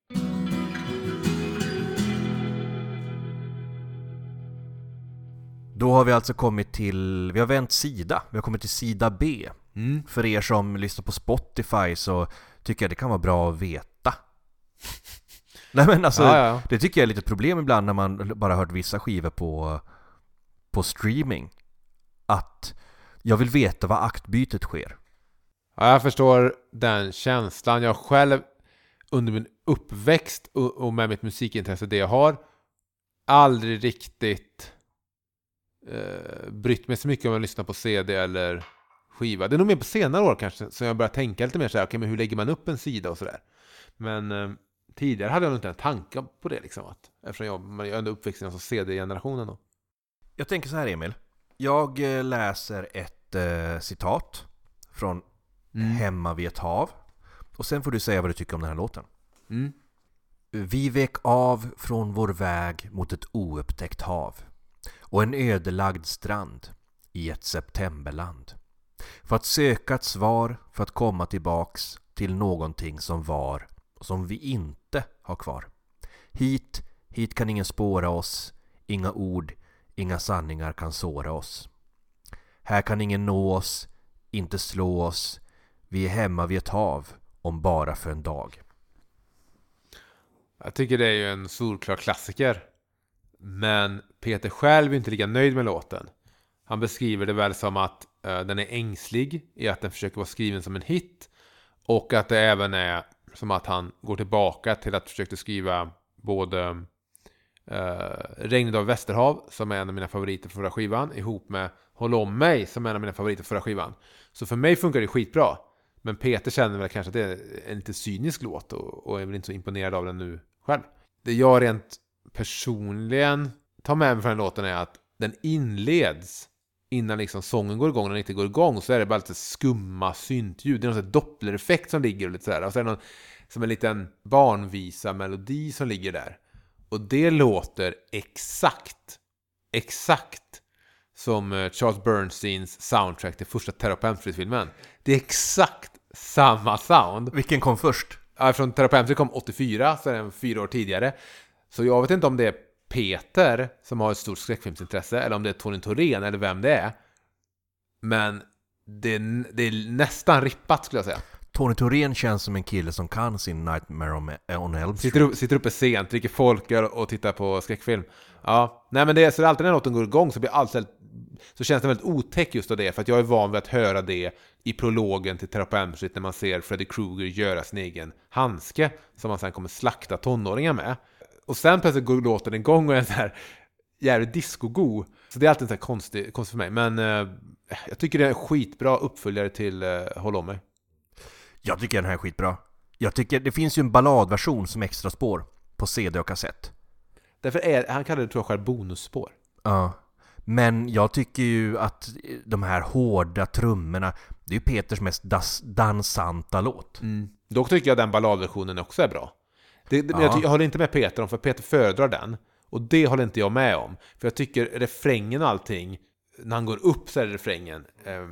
Då har vi alltså kommit till, vi har vänt sida. Vi har kommit till sida B. För er som lyssnar på Spotify så tycker jag det kan vara bra att veta. Nej, men alltså, det tycker jag är lite ett problem ibland när man bara hört vissa skivor på streaming. Att jag vill veta vad aktbytet sker. Ja, jag förstår den känslan. Jag själv under min uppväxt och med mitt musikintresse det jag har aldrig riktigt brytt mig så mycket om att lyssna på CD eller skiva. Det är nog mer på senare år kanske så jag börjar tänka lite mer så här, okej, men hur lägger man upp en sida och sådär. Men tidigare hade jag nog inte en tanke på det liksom, eftersom jag är ändå uppväxt i CD-generationen då. Jag tänker så här, Emil. Jag läser ett citat från Hemma vid ett hav. Och sen får du säga vad du tycker om den här låten. Vi vek av från vår väg mot ett oupptäckt hav och en ödelagd strand i ett septemberland. För att söka ett svar, för att komma tillbaks till någonting som var och som vi inte har kvar. Hit kan ingen spåra oss, inga ord, inga sanningar kan såra oss. Här kan ingen nå oss, inte slå oss. Vi är hemma vid ett hav om bara för en dag. Jag tycker det är ju en solklar klassiker. Men Peter själv är inte lika nöjd med låten. Han beskriver det väl som att den är ängslig i att den försöker vara skriven som en hit. Och att det även är som att han går tillbaka till att försöka skriva både Regnet av Västerhav, som är en av mina favoriter för förra skivan, ihop med Håll om mig, som är en av mina favoriter för förra skivan. Så för mig funkar det skitbra. Men Peter känner väl kanske att det är en lite cynisk låt och är väl inte så imponerad av den nu själv. Det jag rent personligen tar med mig från den låten är att den inleds innan liksom sången går igång. När den inte går igång så är det bara lite skumma syntljud. Det är någon sån här dopplereffekt som ligger och lite sådär. Och så är det någon, som en liten barnvisa melodi som ligger där. Och det låter exakt som Charles Bernsteins soundtrack till första Terror på Elm Street-filmen. Det är exakt samma sound. Vilken kom först? Ja, från Terror på Elm Street kom 84, så är den 4 år tidigare. Så jag vet inte om det är Peter som har ett stort skräckfilmsintresse eller om det är Tony Thorén eller vem det är. Men det är nästan rippat, skulle jag säga. Tony Thorén känns som en kille som kan sin Nightmare on Elm Street. Sitter uppe sent, dricker folköl och tittar på skräckfilm. Ja, nej men det är så alltid när låten går igång så blir alltid så känns det väldigt otäck just av det, för att jag är van vid att höra det i prologen till Terror på Elm Street när man ser Freddy Krueger göra sin egen handske som man sen kommer slakta tonåringar med. Och sen plötsligt går låten igång och är en så här jävligt disco-go. Så det är alltid en så här konstigt för mig. Men jag tycker det är en skitbra uppföljare till Håll om mig. Jag tycker den här är skitbra. Jag tycker det finns ju en balladversion som extra spår på CD och kassett. Därför han kallar det, tror jag själv, bonusspår. Ja. Men jag tycker ju att de här hårda trummorna, det är ju Peters mest dansanta låt. Dock tycker jag den balladversionen också är bra. Men jag håller inte med Peter om, för Peter föredrar den. Och det håller inte jag med om. För jag tycker refrängen och allting, när han går upp så är det refrängen,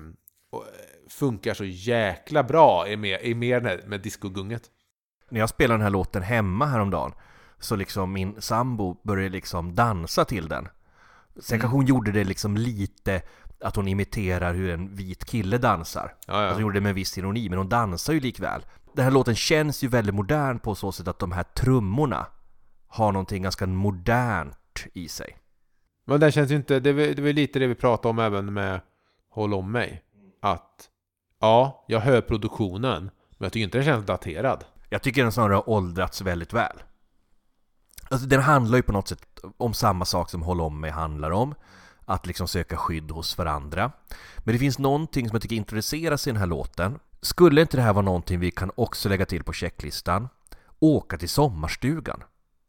funkar så jäkla bra i mer med discogunget. När jag spelade den här låten hemma häromdagen, så liksom min sambo började liksom dansa till den. Sen kanske hon gjorde det liksom lite att hon imiterar hur en vit kille dansar. Ja. Alltså hon gjorde det med viss ironi, men hon dansar ju likväl. Den här låten känns ju väldigt modern på så sätt att de här trummorna har någonting ganska modernt i sig. Men den känns ju inte, det var lite det vi pratade om även med Håll om mig. Att ja, jag hör produktionen, men jag tycker inte den känns daterad. Jag tycker den snarare har åldrats väldigt väl. Alltså den handlar ju på något sätt om samma sak som Håll om mig handlar om. Att liksom söka skydd hos varandra. Men det finns någonting som jag tycker introduceras i den här låten. Skulle inte det här vara någonting vi kan också lägga till på checklistan? Åka till sommarstugan.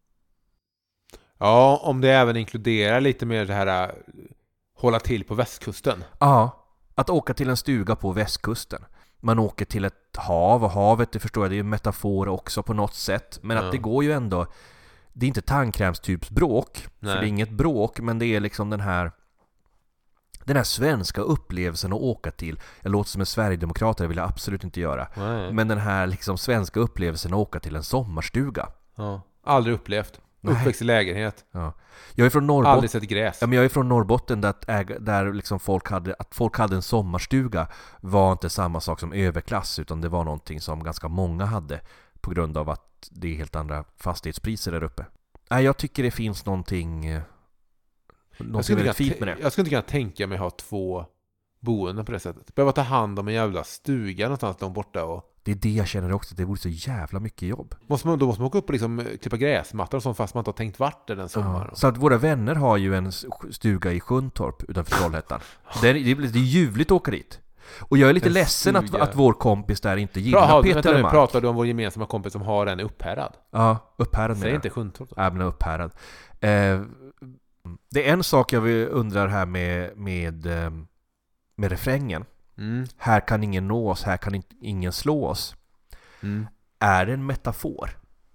Ja, om det även inkluderar lite mer det här hålla till på västkusten. Ja, att åka till en stuga på västkusten. Man åker till ett hav, och havet, det förstår jag, det är ju en metafor också på något sätt. Men att det går ju ändå, det är inte tandkrämstyps bråk. Nej. För det är inget bråk, men det är liksom den här svenska upplevelsen att åka till. Jag låter som en sverigedemokrat, det vill jag absolut inte göra. Nej. Men den här liksom svenska upplevelsen att åka till en sommarstuga. Ja, aldrig upplevt. Uppväxt i lägenhet. Ja. Jag är från Norrbotten. Aldrig sett gräs. Ja, men jag är från Norrbotten där liksom folk hade en sommarstuga var inte samma sak som överklass, utan det var någonting som ganska många hade på grund av att det är helt andra fastighetspriser där uppe. Nej, jag tycker det finns någonting väldigt fint med det. Jag skulle inte kunna tänka mig att ha 2 boenden på det sättet. Behöva ta hand om en jävla stuga någonstans långt borta och... Det är det jag känner också, det vore så jävla mycket jobb. Då måste man åka upp och liksom klippa gräsmattor och sånt, fast man inte har tänkt vart den sommaren. Ja, så att våra vänner har ju en stuga i Sjuntorp utanför Trollhättan. Det är ljuvligt att åka dit. Och jag är lite ledsen att vår kompis där inte gillar Peter Mark. Pratar du om vår gemensamma kompis som har en i Upphärad? Ja, Upphärad. Säg inte Sjuntorp då. Ja, men Upphärad. Det är en sak jag undrar här med refrängen. Här kan ingen nå oss, här kan ingen slå oss. Är det en metafor?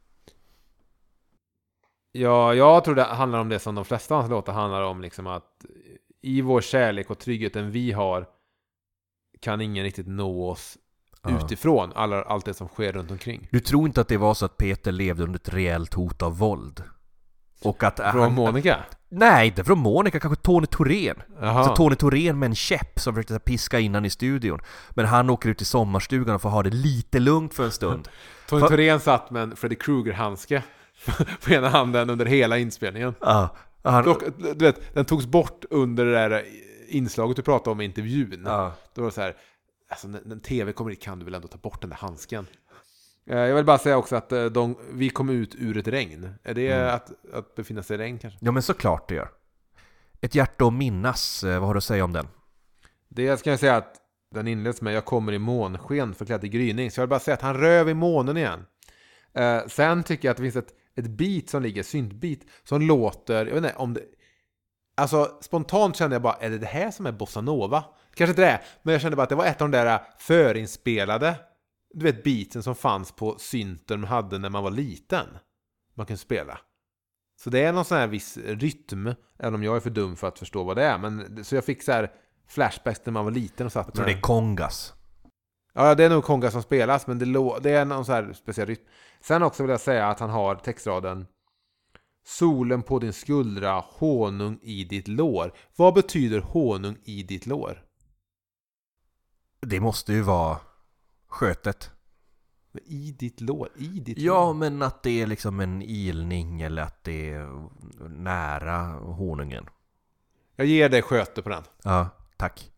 Ja, jag tror det handlar om det som de flesta av hans låtar handlar om, liksom att i vår kärlek och tryggheten vi har kan ingen riktigt nå oss utifrån allt det som sker runt omkring. Du tror inte att det var så att Peter levde under ett reellt hot av våld? Och att från Monica? Nej, inte från Monica, kanske Tony Thorén. Aha. Så Tony Thorén med en käpp som försökte piska innan i studion. Men han åker ut i sommarstugan och får ha det lite lugnt för en stund. Tony Thorén satt med en Freddy Krueger-handske på ena handen under hela inspelningen. Ja, Dock, du vet, den togs bort under det där inslaget du pratade om i intervjun. ja. Då var det så här, alltså när en tv kommer hit kan du väl ändå ta bort den där handsken. Jag vill bara säga också att vi kom ut ur ett regn. Är det att befinna sig i regn kanske? Ja, men såklart det gör. Ett hjärta att minnas, vad har du att säga om den? Det ska jag säga att den inleds med jag kommer i månsken förklädd i gryning. Så jag vill bara säga att han röv i månen igen. Sen tycker jag att det finns ett beat som ligger, syntbeat, som låter, jag vet inte om det... Alltså spontant kände jag bara, är det här som är bossa nova? Kanske inte det, men jag kände bara att det var ett av de där förinspelade, du vet, beatsen som fanns på synten man hade när man var liten. Man kunde spela. Så det är någon sån här viss rytm, även om jag är för dum för att förstå vad det är. Men, så jag fick så här flashbacks när man var liten och satt. Jag tror det är kongas. Ja, det är nog kongas som spelas, men det är någon så här speciell rytm. Sen också vill jag säga att han har textraden solen på din skuldra, honung i ditt lår. Vad betyder honung i ditt lår? Det måste ju vara skötet. I ditt lår? I ditt Ja, lår? men att det är liksom en ilning eller att det är nära honungen. Jag ger dig sköte på den. Ja, tack.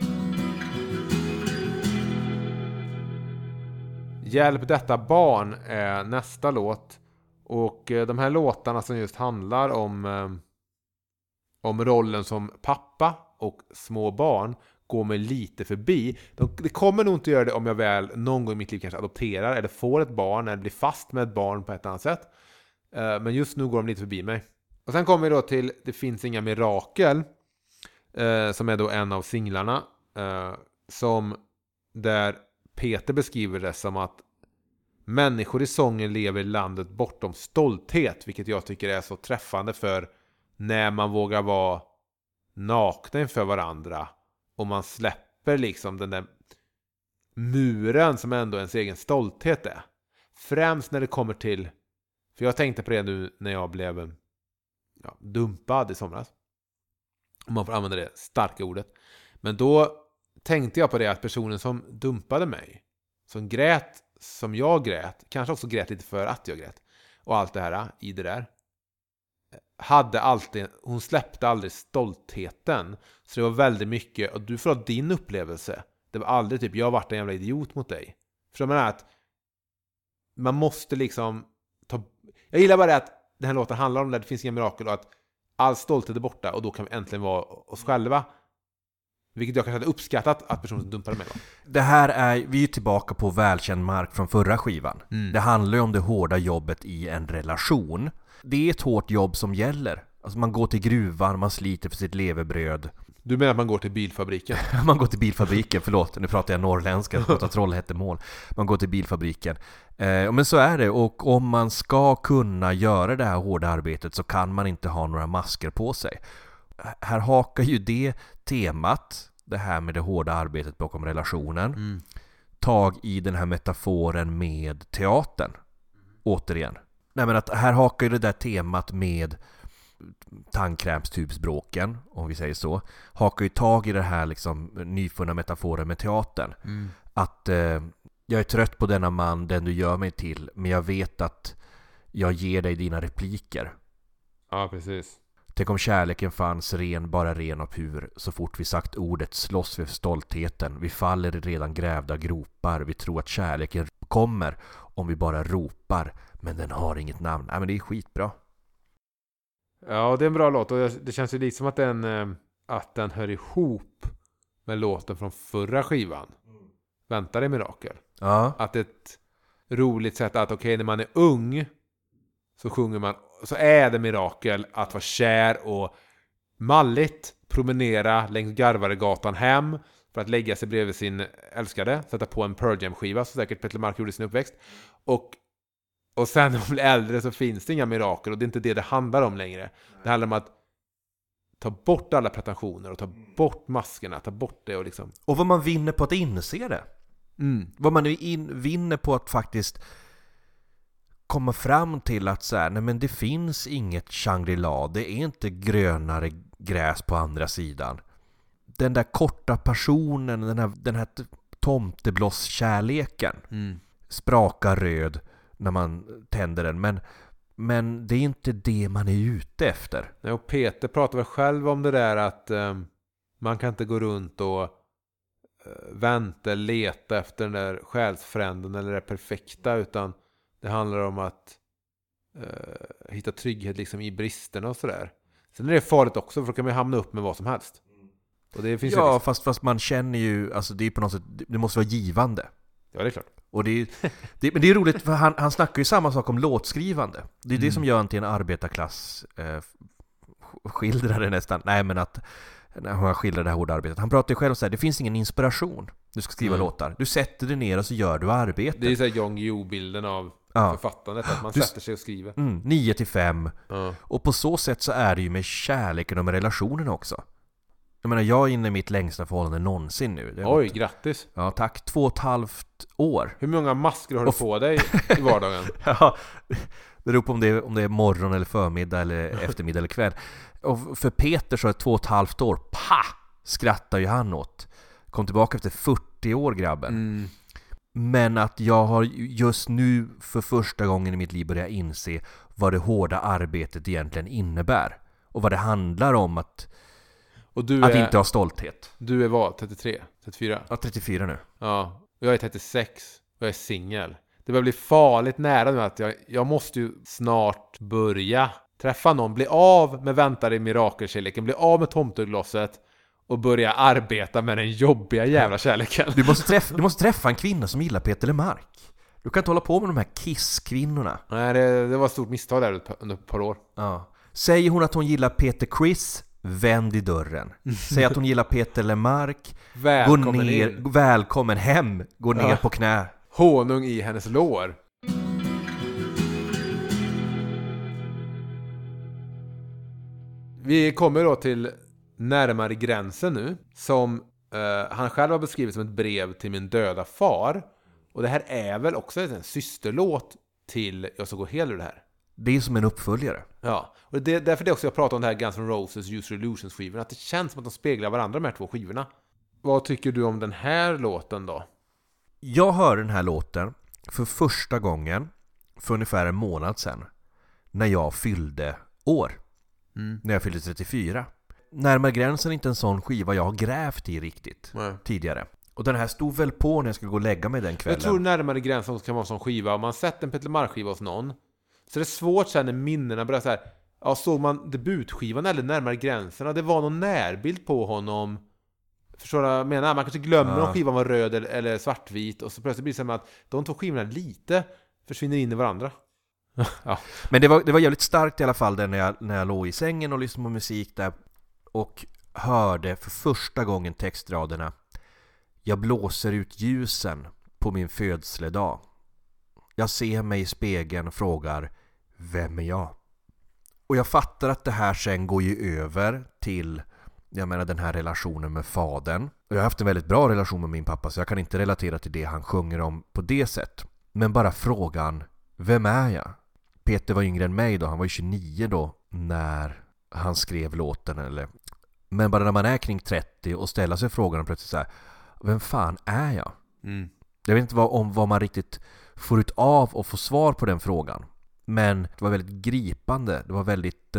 Hjälp detta barn är nästa låt. Och de här låtarna som just handlar om rollen som pappa och små barn går mig lite förbi. Det kommer nog inte göra det om jag väl någon gång i mitt liv kanske adopterar eller får ett barn eller blir fast med ett barn på ett annat sätt. Men just nu går de lite förbi mig. Och sen kommer vi då till Det finns inga mirakel, som är då en av singlarna, som där Peter beskriver det som att människor i sången lever i landet bortom stolthet, vilket jag tycker är så träffande för när man vågar vara nakna inför varandra och man släpper liksom den där muren som ändå ens egen stolthet är. Främst när det kommer till, för jag tänkte på det nu när jag blev dumpad i somras, om man får använda det starka ordet, men då tänkte jag på det att personen som dumpade mig, som grät som jag grät, kanske också grät lite för att jag grät och allt det här i det där, hon släppte aldrig stoltheten. Så det var väldigt mycket, och du får ha din upplevelse. Det var aldrig typ, jag har varit en jävla idiot mot dig. För man är att man måste liksom jag gillar bara det att den här låten handlar om det finns inga mirakel och att all stolthet är borta och då kan vi äntligen vara oss själva. Vilket jag kanske hade uppskattat att personen dumpade mig. Det här är, vi är tillbaka på välkänd mark från förra skivan. Det handlar ju om det hårda jobbet i en relation. Det är ett hårt jobb som gäller. Alltså man går till gruvan, man sliter för sitt levebröd. Du menar att man går till bilfabriken? Man går till bilfabriken, förlåt, nu pratar jag norrländska, jag pratar Trollhättemål. Man går till bilfabriken. Men så är det, och om man ska kunna göra det här hårda arbetet så kan man inte ha några masker på sig. Här hakar ju det temat, det här med det hårda arbetet bakom relationen, tag i den här metaforen med teatern. Återigen. Nej, men att här hakar ju det där temat med tandkrämstubsbråken, om vi säger så, hakar ju tag i det här liksom nyfunna metaforen med teatern. Att jag är trött på denna man, den du gör mig till, men jag vet att jag ger dig dina repliker. Ja, precis. Tänk om kärleken fanns bara ren och pur. Så fort vi sagt ordet slåss vi för stoltheten. Vi faller i redan grävda gropar. Vi tror att kärleken kommer om vi bara ropar. Men den har inget namn. Nej, men det är skitbra. Ja, det är en bra låt. Och det känns ju lite som att den hör ihop med låten från förra skivan. Väntar det mirakel. Ja. Att ett roligt sätt att okej, när man är ung så sjunger man, så är det mirakel att vara kär och malligt promenera längs Garvaregatan hem för att lägga sig bredvid sin älskade, sätta på en Pearl Jam-skiva, så säkert Peter Mark gjorde sin uppväxt. Och sen när man blir äldre så finns det inga mirakel, och det är inte det handlar om längre. Det handlar om att ta bort alla pretensioner och ta bort maskerna, ta bort det och liksom. Och vad man vinner på att inse det. Vad man vinner på att faktiskt komma fram till att så här, nej men det finns inget Shangri-La, det är inte grönare gräs på andra sidan. Den där korta passionen, den här tomteblåskärleken sprakar röd när man tänder den, men Men det är inte det man är ute efter. Nej, och Peter pratar väl själv om det där att man kan inte gå runt och vänta, leta efter den där själsfränden eller det perfekta, utan det handlar om att hitta trygghet liksom i bristerna och sådär. Sen är det farligt också, för då kan man hamna upp med vad som helst. Och det finns ja, fast man känner ju, alltså det är på något sätt, det måste vara givande. Ja, det är klart. Och men det är roligt, för han snackar ju samma sak om låtskrivande. Det är det som gör han till en arbetarklass skildrare nästan. Nej, men att när han skildrar det här hårda arbetet. Han pratar ju själv om så här, det finns ingen inspiration. Du ska skriva låtar. Du sätter dig ner och så gör du arbetet. Det är så här Jan Guillou-bilden av författandet, att man sätter sig och skriver. 9-5. Och på så sätt så är det ju med kärleken och med relationen också. Jag menar, jag är inne i mitt längsta förhållande någonsin nu. Oj, grattis. Ja, tack. 2,5 år. Hur många masker har du på dig i vardagen? Ja, det beror på om det är morgon eller förmiddag eller eftermiddag eller kväll. Och för Peter så är det 2,5 år. Skrattar ju han åt. Kom tillbaka efter 40 år, grabben. Men att jag har just nu för första gången i mitt liv börjat inse vad det hårda arbetet egentligen innebär. Och vad det handlar om att inte ha stolthet. Du är vad? 33? 34? Ja, 34 nu. Ja, jag är 36 och jag är singel. Det börjar bli farligt nära nu att jag måste ju snart börja träffa någon, bli av med väntare i mirakelkärleken, bli av med tomteglosset och börja arbeta med den jobbiga jävla kärleken. Du måste träffa en kvinna som gillar Peter Lemark. Du kan inte hålla på med de här kisskvinnorna. Nej, det var ett stort misstag där under ett par år. Ja. Säger hon att hon gillar Peter Criss, vänd i dörren. Säger att hon gillar Peter Lemark, välkommen hem, gå ner på knä. Honung i hennes lår. Vi kommer då till närmare gränsen nu, som han själv har beskrivit som ett brev till min döda far. Och det här är väl också en systerlåt till Jag ska gå hel ur det här. Det är som en uppföljare. Ja, och det är därför det också jag pratar om det här Guns N' Roses Use Illusions-skivorna, att det känns som att de speglar varandra, de här två skivorna. Vad tycker du om den här låten då? Jag hör den här låten för första gången för ungefär en månad sedan, när jag fyllde år. När jag fyllde 34. Närmare gränsen är inte en sån skiva jag har grävt i riktigt tidigare. Och den här stod väl på när jag skulle gå och lägga mig den kvällen. Jag tror närmare gränsen kan vara en sån skiva. Om man sett en Peter Lemark-skiva hos någon, så det är svårt sen när minnena börjar så här. Ja, såg man debutskivan eller närmare gränsen, och det var någon närbild på honom. Förstår du vad jag menar? Man kanske glömmer om skivan var röd eller svartvit, och så plötsligt blir det som att de två skivorna lite försvinner in i varandra. Ja. Men det var jävligt starkt i alla fall där när jag låg i sängen och lyssnade på musik där och hörde för första gången textraderna: jag blåser ut ljusen på min födsledag. Jag ser mig i spegeln och frågar: vem är jag? Och jag fattar att det här sen går ju över till, jag menar, den här relationen med fadern. Och jag har haft en väldigt bra relation med min pappa, så jag kan inte relatera till det han sjunger om på det sätt. Men bara frågan: vem är jag? Peter var yngre än mig då, han var ju 29 då när han skrev låten. Men bara när man är kring 30 och ställer sig frågan och plötsligt så här: vem fan är jag? Jag vet inte vad man riktigt får ut av och få svar på den frågan. Men det var väldigt gripande. Det var väldigt...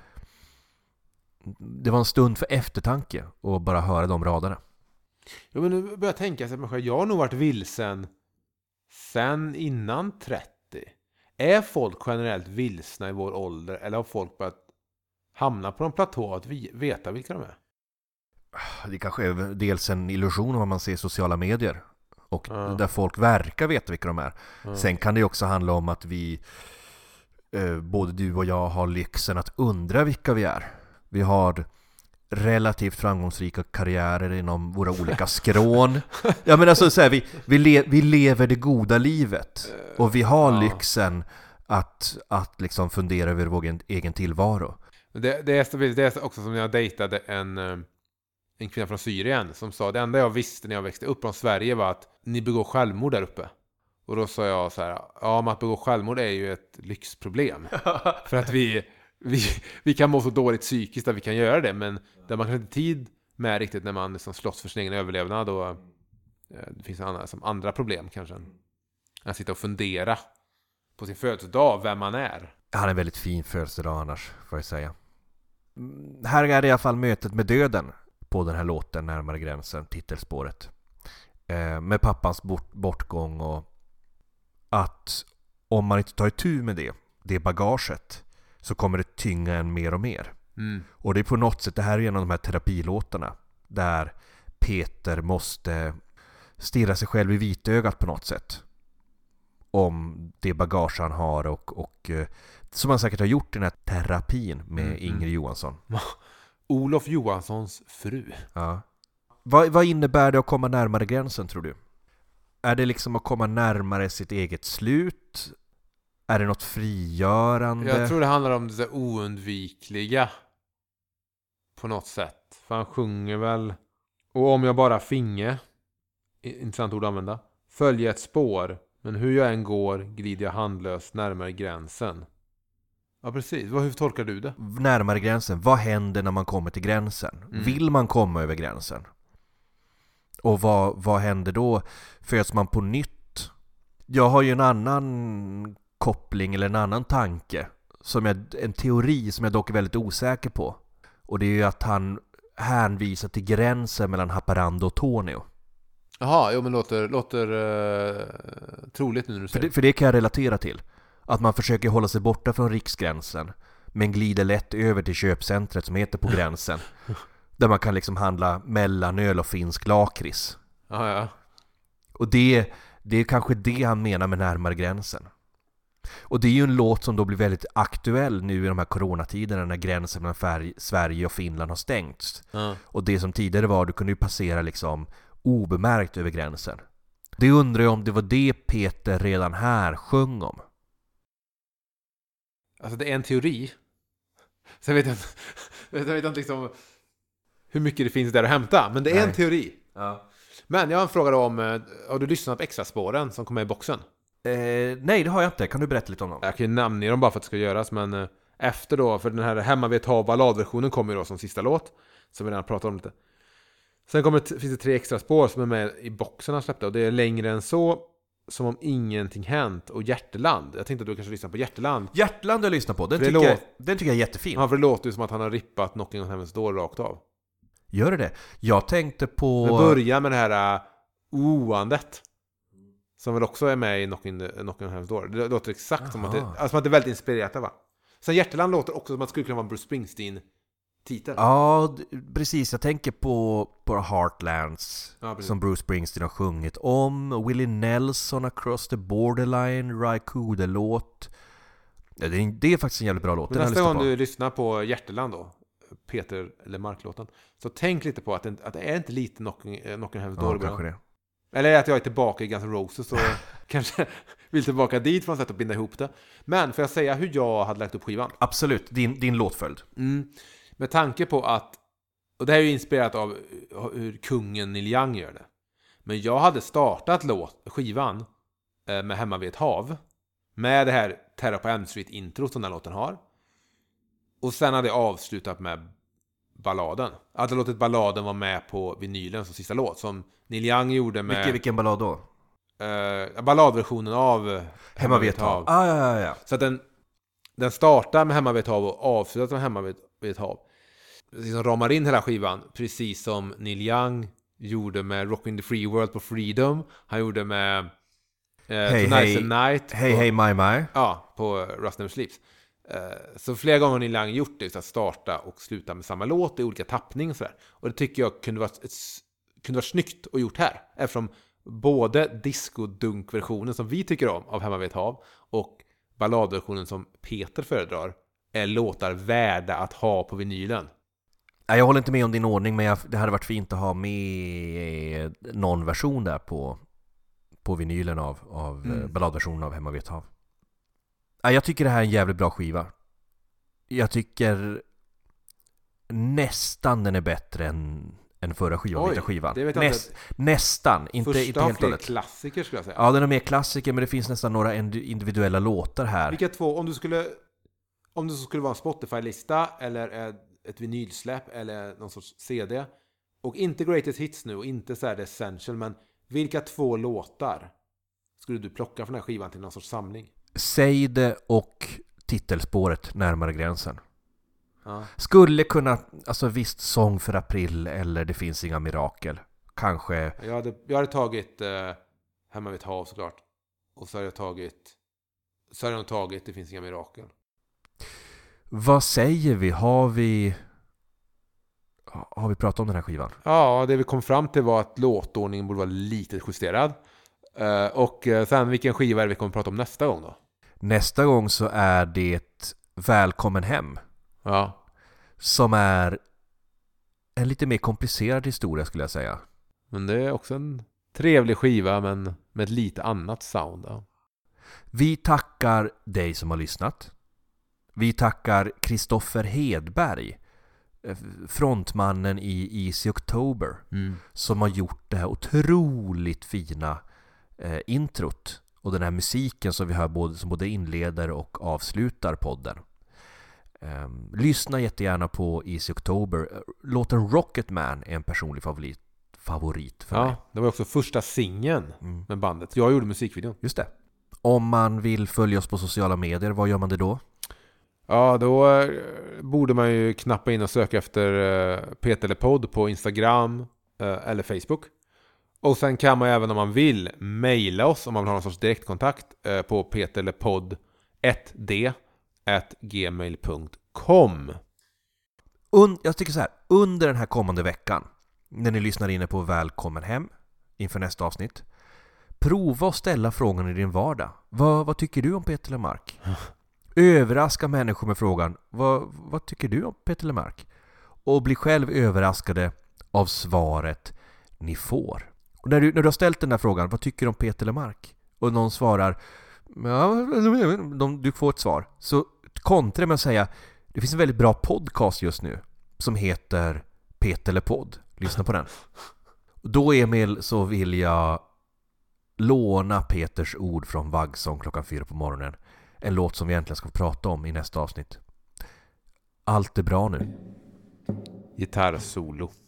det var en stund för eftertanke och bara höra de raderna. Jo, men nu börjar jag tänka så att jag har nog varit vilsen sen innan 30. Är folk generellt vilsna i vår ålder, eller har folk börjat hamna på en platå att veta vilka de är? Det kanske är dels en illusion om man ser sociala medier och där folk verkar veta vilka de är. Sen kan det också handla om att vi, både du och jag, har lyxen att undra vilka vi är. Vi har relativt framgångsrika karriärer inom våra olika skrån. Ja, men alltså så här, vi lever det goda livet och vi har lyxen att liksom fundera över vår egen tillvaro. Det är också som när jag dejtade en kvinna från Syrien som sa: det enda jag visste när jag växte upp från Sverige var att ni begår självmord där uppe. Och då sa jag så här: ja, men att begå självmord är ju ett lyxproblem. För att vi kan må så dåligt psykiskt att vi kan göra det, men där man kan inte tid med riktigt när man liksom slåss för sin egen överlevnad, och det finns andra problem kanske. Att sitta och fundera på sin födelsedag, vem man är. Han hade en väldigt fin födelsedag annars, får jag säga. Här är det i alla fall mötet med döden på den här låten, Närmare gränsen, titelspåret. Med pappans bortgång och att om man inte tar itu med det bagaget, så kommer det tynga en mer och mer. Och det är på något sätt, det här är en av de här terapilåtarna där Peter måste stirra sig själv i vitögat på något sätt om det bagage han har och som han säkert har gjort i den här terapin med Ingrid Johansson. Olof Johanssons fru. Ja. Vad innebär det att komma närmare gränsen, tror du? Är det liksom att komma närmare sitt eget slut? Är det något frigörande? Jag tror det handlar om det oundvikliga på något sätt. För han sjunger väl, och om jag bara finge, intressant ord att använda, följa ett spår, men hur jag än går glider jag handlöst närmare gränsen. Ja, precis. Hur tolkar du det? Närmare gränsen. Vad händer när man kommer till gränsen? Vill man komma över gränsen? Och vad händer då? Föds man på nytt? Jag har ju en annan koppling eller en annan tanke, en teori som jag dock är väldigt osäker på. Och det är ju att han hänvisar till gränsen mellan Haparanda och Tornio. Jaha, jo, men låter troligt nu när du säger. För det kan jag relatera till. Att man försöker hålla sig borta från riksgränsen, men glider lätt över till köpcentret som heter På gränsen. Där man kan liksom handla mellanöl och finsk lakrits. Ja. Och det är kanske det han menar med närmare gränsen. Och det är ju en låt som då blir väldigt aktuell nu i de här coronatiderna, när gränsen mellan Sverige och Finland har stängts. Och det som tidigare var, du kunde ju passera liksom obemärkt över gränsen. Det undrar jag om det var det Peter redan här sjöng om. Alltså det är en teori. Så jag vet inte liksom hur mycket det finns där att hämta. Men det är en teori. Ja. Men jag har en fråga då om, har du lyssnat på extraspåren som kommer i boxen? Nej, det har jag inte. Kan du berätta lite om dem? Jag kan ju namnge dem bara för att det ska göras. Men efter då, för den här Hemma vet ha balladversionen kommer ju då som sista låt. Som vi redan pratat om lite. Sen finns det 3 extra spår som är med i boxen han släppte. Och det är Längre än så, Som om ingenting hänt och Hjärteland. Jag tänkte att du kanske lyssnar på Hjärteland. Hjärteland har jag lyssnat på. Den tycker jag är jättefin. Ja, för det låter ju som att han har rippat Knocking on Heaven's Door rakt av. Gör det? Jag tänkte på... Men börja med det här oandet. Som väl också är med i Knocking on Heaven's Door. Det låter exakt som att det är väldigt inspirerat, va? Sen Hjärteland låter också som att det skulle kunna vara en Bruce Springsteen-titel. Ja, precis. Jag tänker på Heartlands, som Bruce Springsteen har sjungit om. Willie Nelson, Across the Borderline, Ry Cooder-låt. Ja, det är faktiskt en jävligt bra låt. Nästa gång du lyssnar på Hjärteland då, Peter eller Mark-låten, så tänk lite på att det är inte lite Knocking on Heaven's Door. Ja, kanske det. Eller att jag är tillbaka i Guns N' Roses och kanske vill tillbaka dit för att sätta att binda ihop det. Men får jag säga hur jag hade lagt upp skivan? Absolut, din låtföljd. Med tanke på att, och det här är ju inspirerat av hur kungen Neil Young gör det. Men jag hade startat skivan med Hemma vid ett hav. Med det här Terror på Elm Street intro som den låten har. Och sen hade jag avslutat med balladen. Jag hade låtit balladen vara med på vinylen som sista låt. Som Neil Young gjorde med... Vilken ballad då? Balladversionen av Hemma vid ett hav. Ja. Så att den startar med Hemma vid ett hav och avslutar med Hemma vid ett hav. Liksom ramar in hela skivan. Precis som Neil Young gjorde med Rockin' the Free World på Freedom. Han gjorde med Tonight's the Night. Hey My. Ja, på Rust Never Sleeps. Så flera gånger har Neil Young gjort det, så att starta och sluta med samma låt i olika tappning och sådär. Och det tycker jag kunde vara snyggt och gjort här. Eftersom både disco-dunk-versionen som vi tycker om av Hemma vid ett hav och balladversionen som Peter föredrar är låtar värda att ha på vinylen. Jag håller inte med om din ordning, men det hade varit fint att ha med någon version där på vinylen av balladversionen av Hemma vid ett hav. Jag tycker det här är en jävligt bra skiva. Jag tycker nästan den är bättre än förra skivan. Det vet jag inte. Nästan, inte helt och hållet. Klassiker skulle jag säga. Ja, den är mer klassiker, men det finns nästan några individuella låtar här. Vilka två, om det skulle vara en Spotify-lista eller ett vinylsläpp eller någon sorts CD, och inte Greatest Hits nu och inte så här The Essential, men vilka två låtar skulle du plocka från den här skivan till någon sorts samling? Säg det och titelspåret Närmare gränsen. Ja. Skulle kunna, alltså visst, Sång för april eller Det finns inga mirakel. Kanske. Jag hade tagit Hemma vid ett hav såklart. Och så hade jag nog tagit Det finns inga mirakel. Vad säger vi? Har vi pratat om den här skivan? Ja, det vi kom fram till var att låtordningen borde vara lite justerad. Och sen vilken skiva är det vi kommer prata om nästa gång då? Nästa gång så är det Välkommen hem. Ja. Som är en lite mer komplicerad historia skulle jag säga. Men det är också en trevlig skiva men med ett lite annat sound. Ja. Vi tackar dig som har lyssnat. Vi tackar Kristoffer Hedberg, frontmannen i Easy October, som har gjort det här otroligt fina introt och den här musiken som vi hör som både inleder och avslutar podden. Lyssna jättegärna på Easy October. Låten Rocketman är en personlig favorit för mig. Det var också första singeln med bandet. Jag gjorde musikvideon. Just det. Om man vill följa oss på sociala medier, vad gör man det då? Ja, då borde man ju knappa in och söka efter Peter LePod på Instagram eller Facebook. Och sen kan man även om man vill mejla oss om man vill ha någon sorts direktkontakt på peterlepod1d@gmail.com. Jag tycker så här, under den här kommande veckan när ni lyssnar inne på Välkommen hem inför nästa avsnitt, prova att ställa frågan i din vardag. Vad tycker du om Peter Lemark? Överraska människor med frågan vad tycker du om Peter Lemark? Och bli själv överraskade av svaret ni får. Och när du har ställt den där frågan, vad tycker du om Peter Lemark? Och någon svarar, du får ett svar. Så kontra med att säga, det finns en väldigt bra podcast just nu som heter Peter LePod. Lyssna på den. Då, Emil, så vill jag låna Peters ord från Vaggsång 4:00 på morgonen. En låt som vi egentligen ska prata om i nästa avsnitt. Allt är bra nu. Gitarrsolo.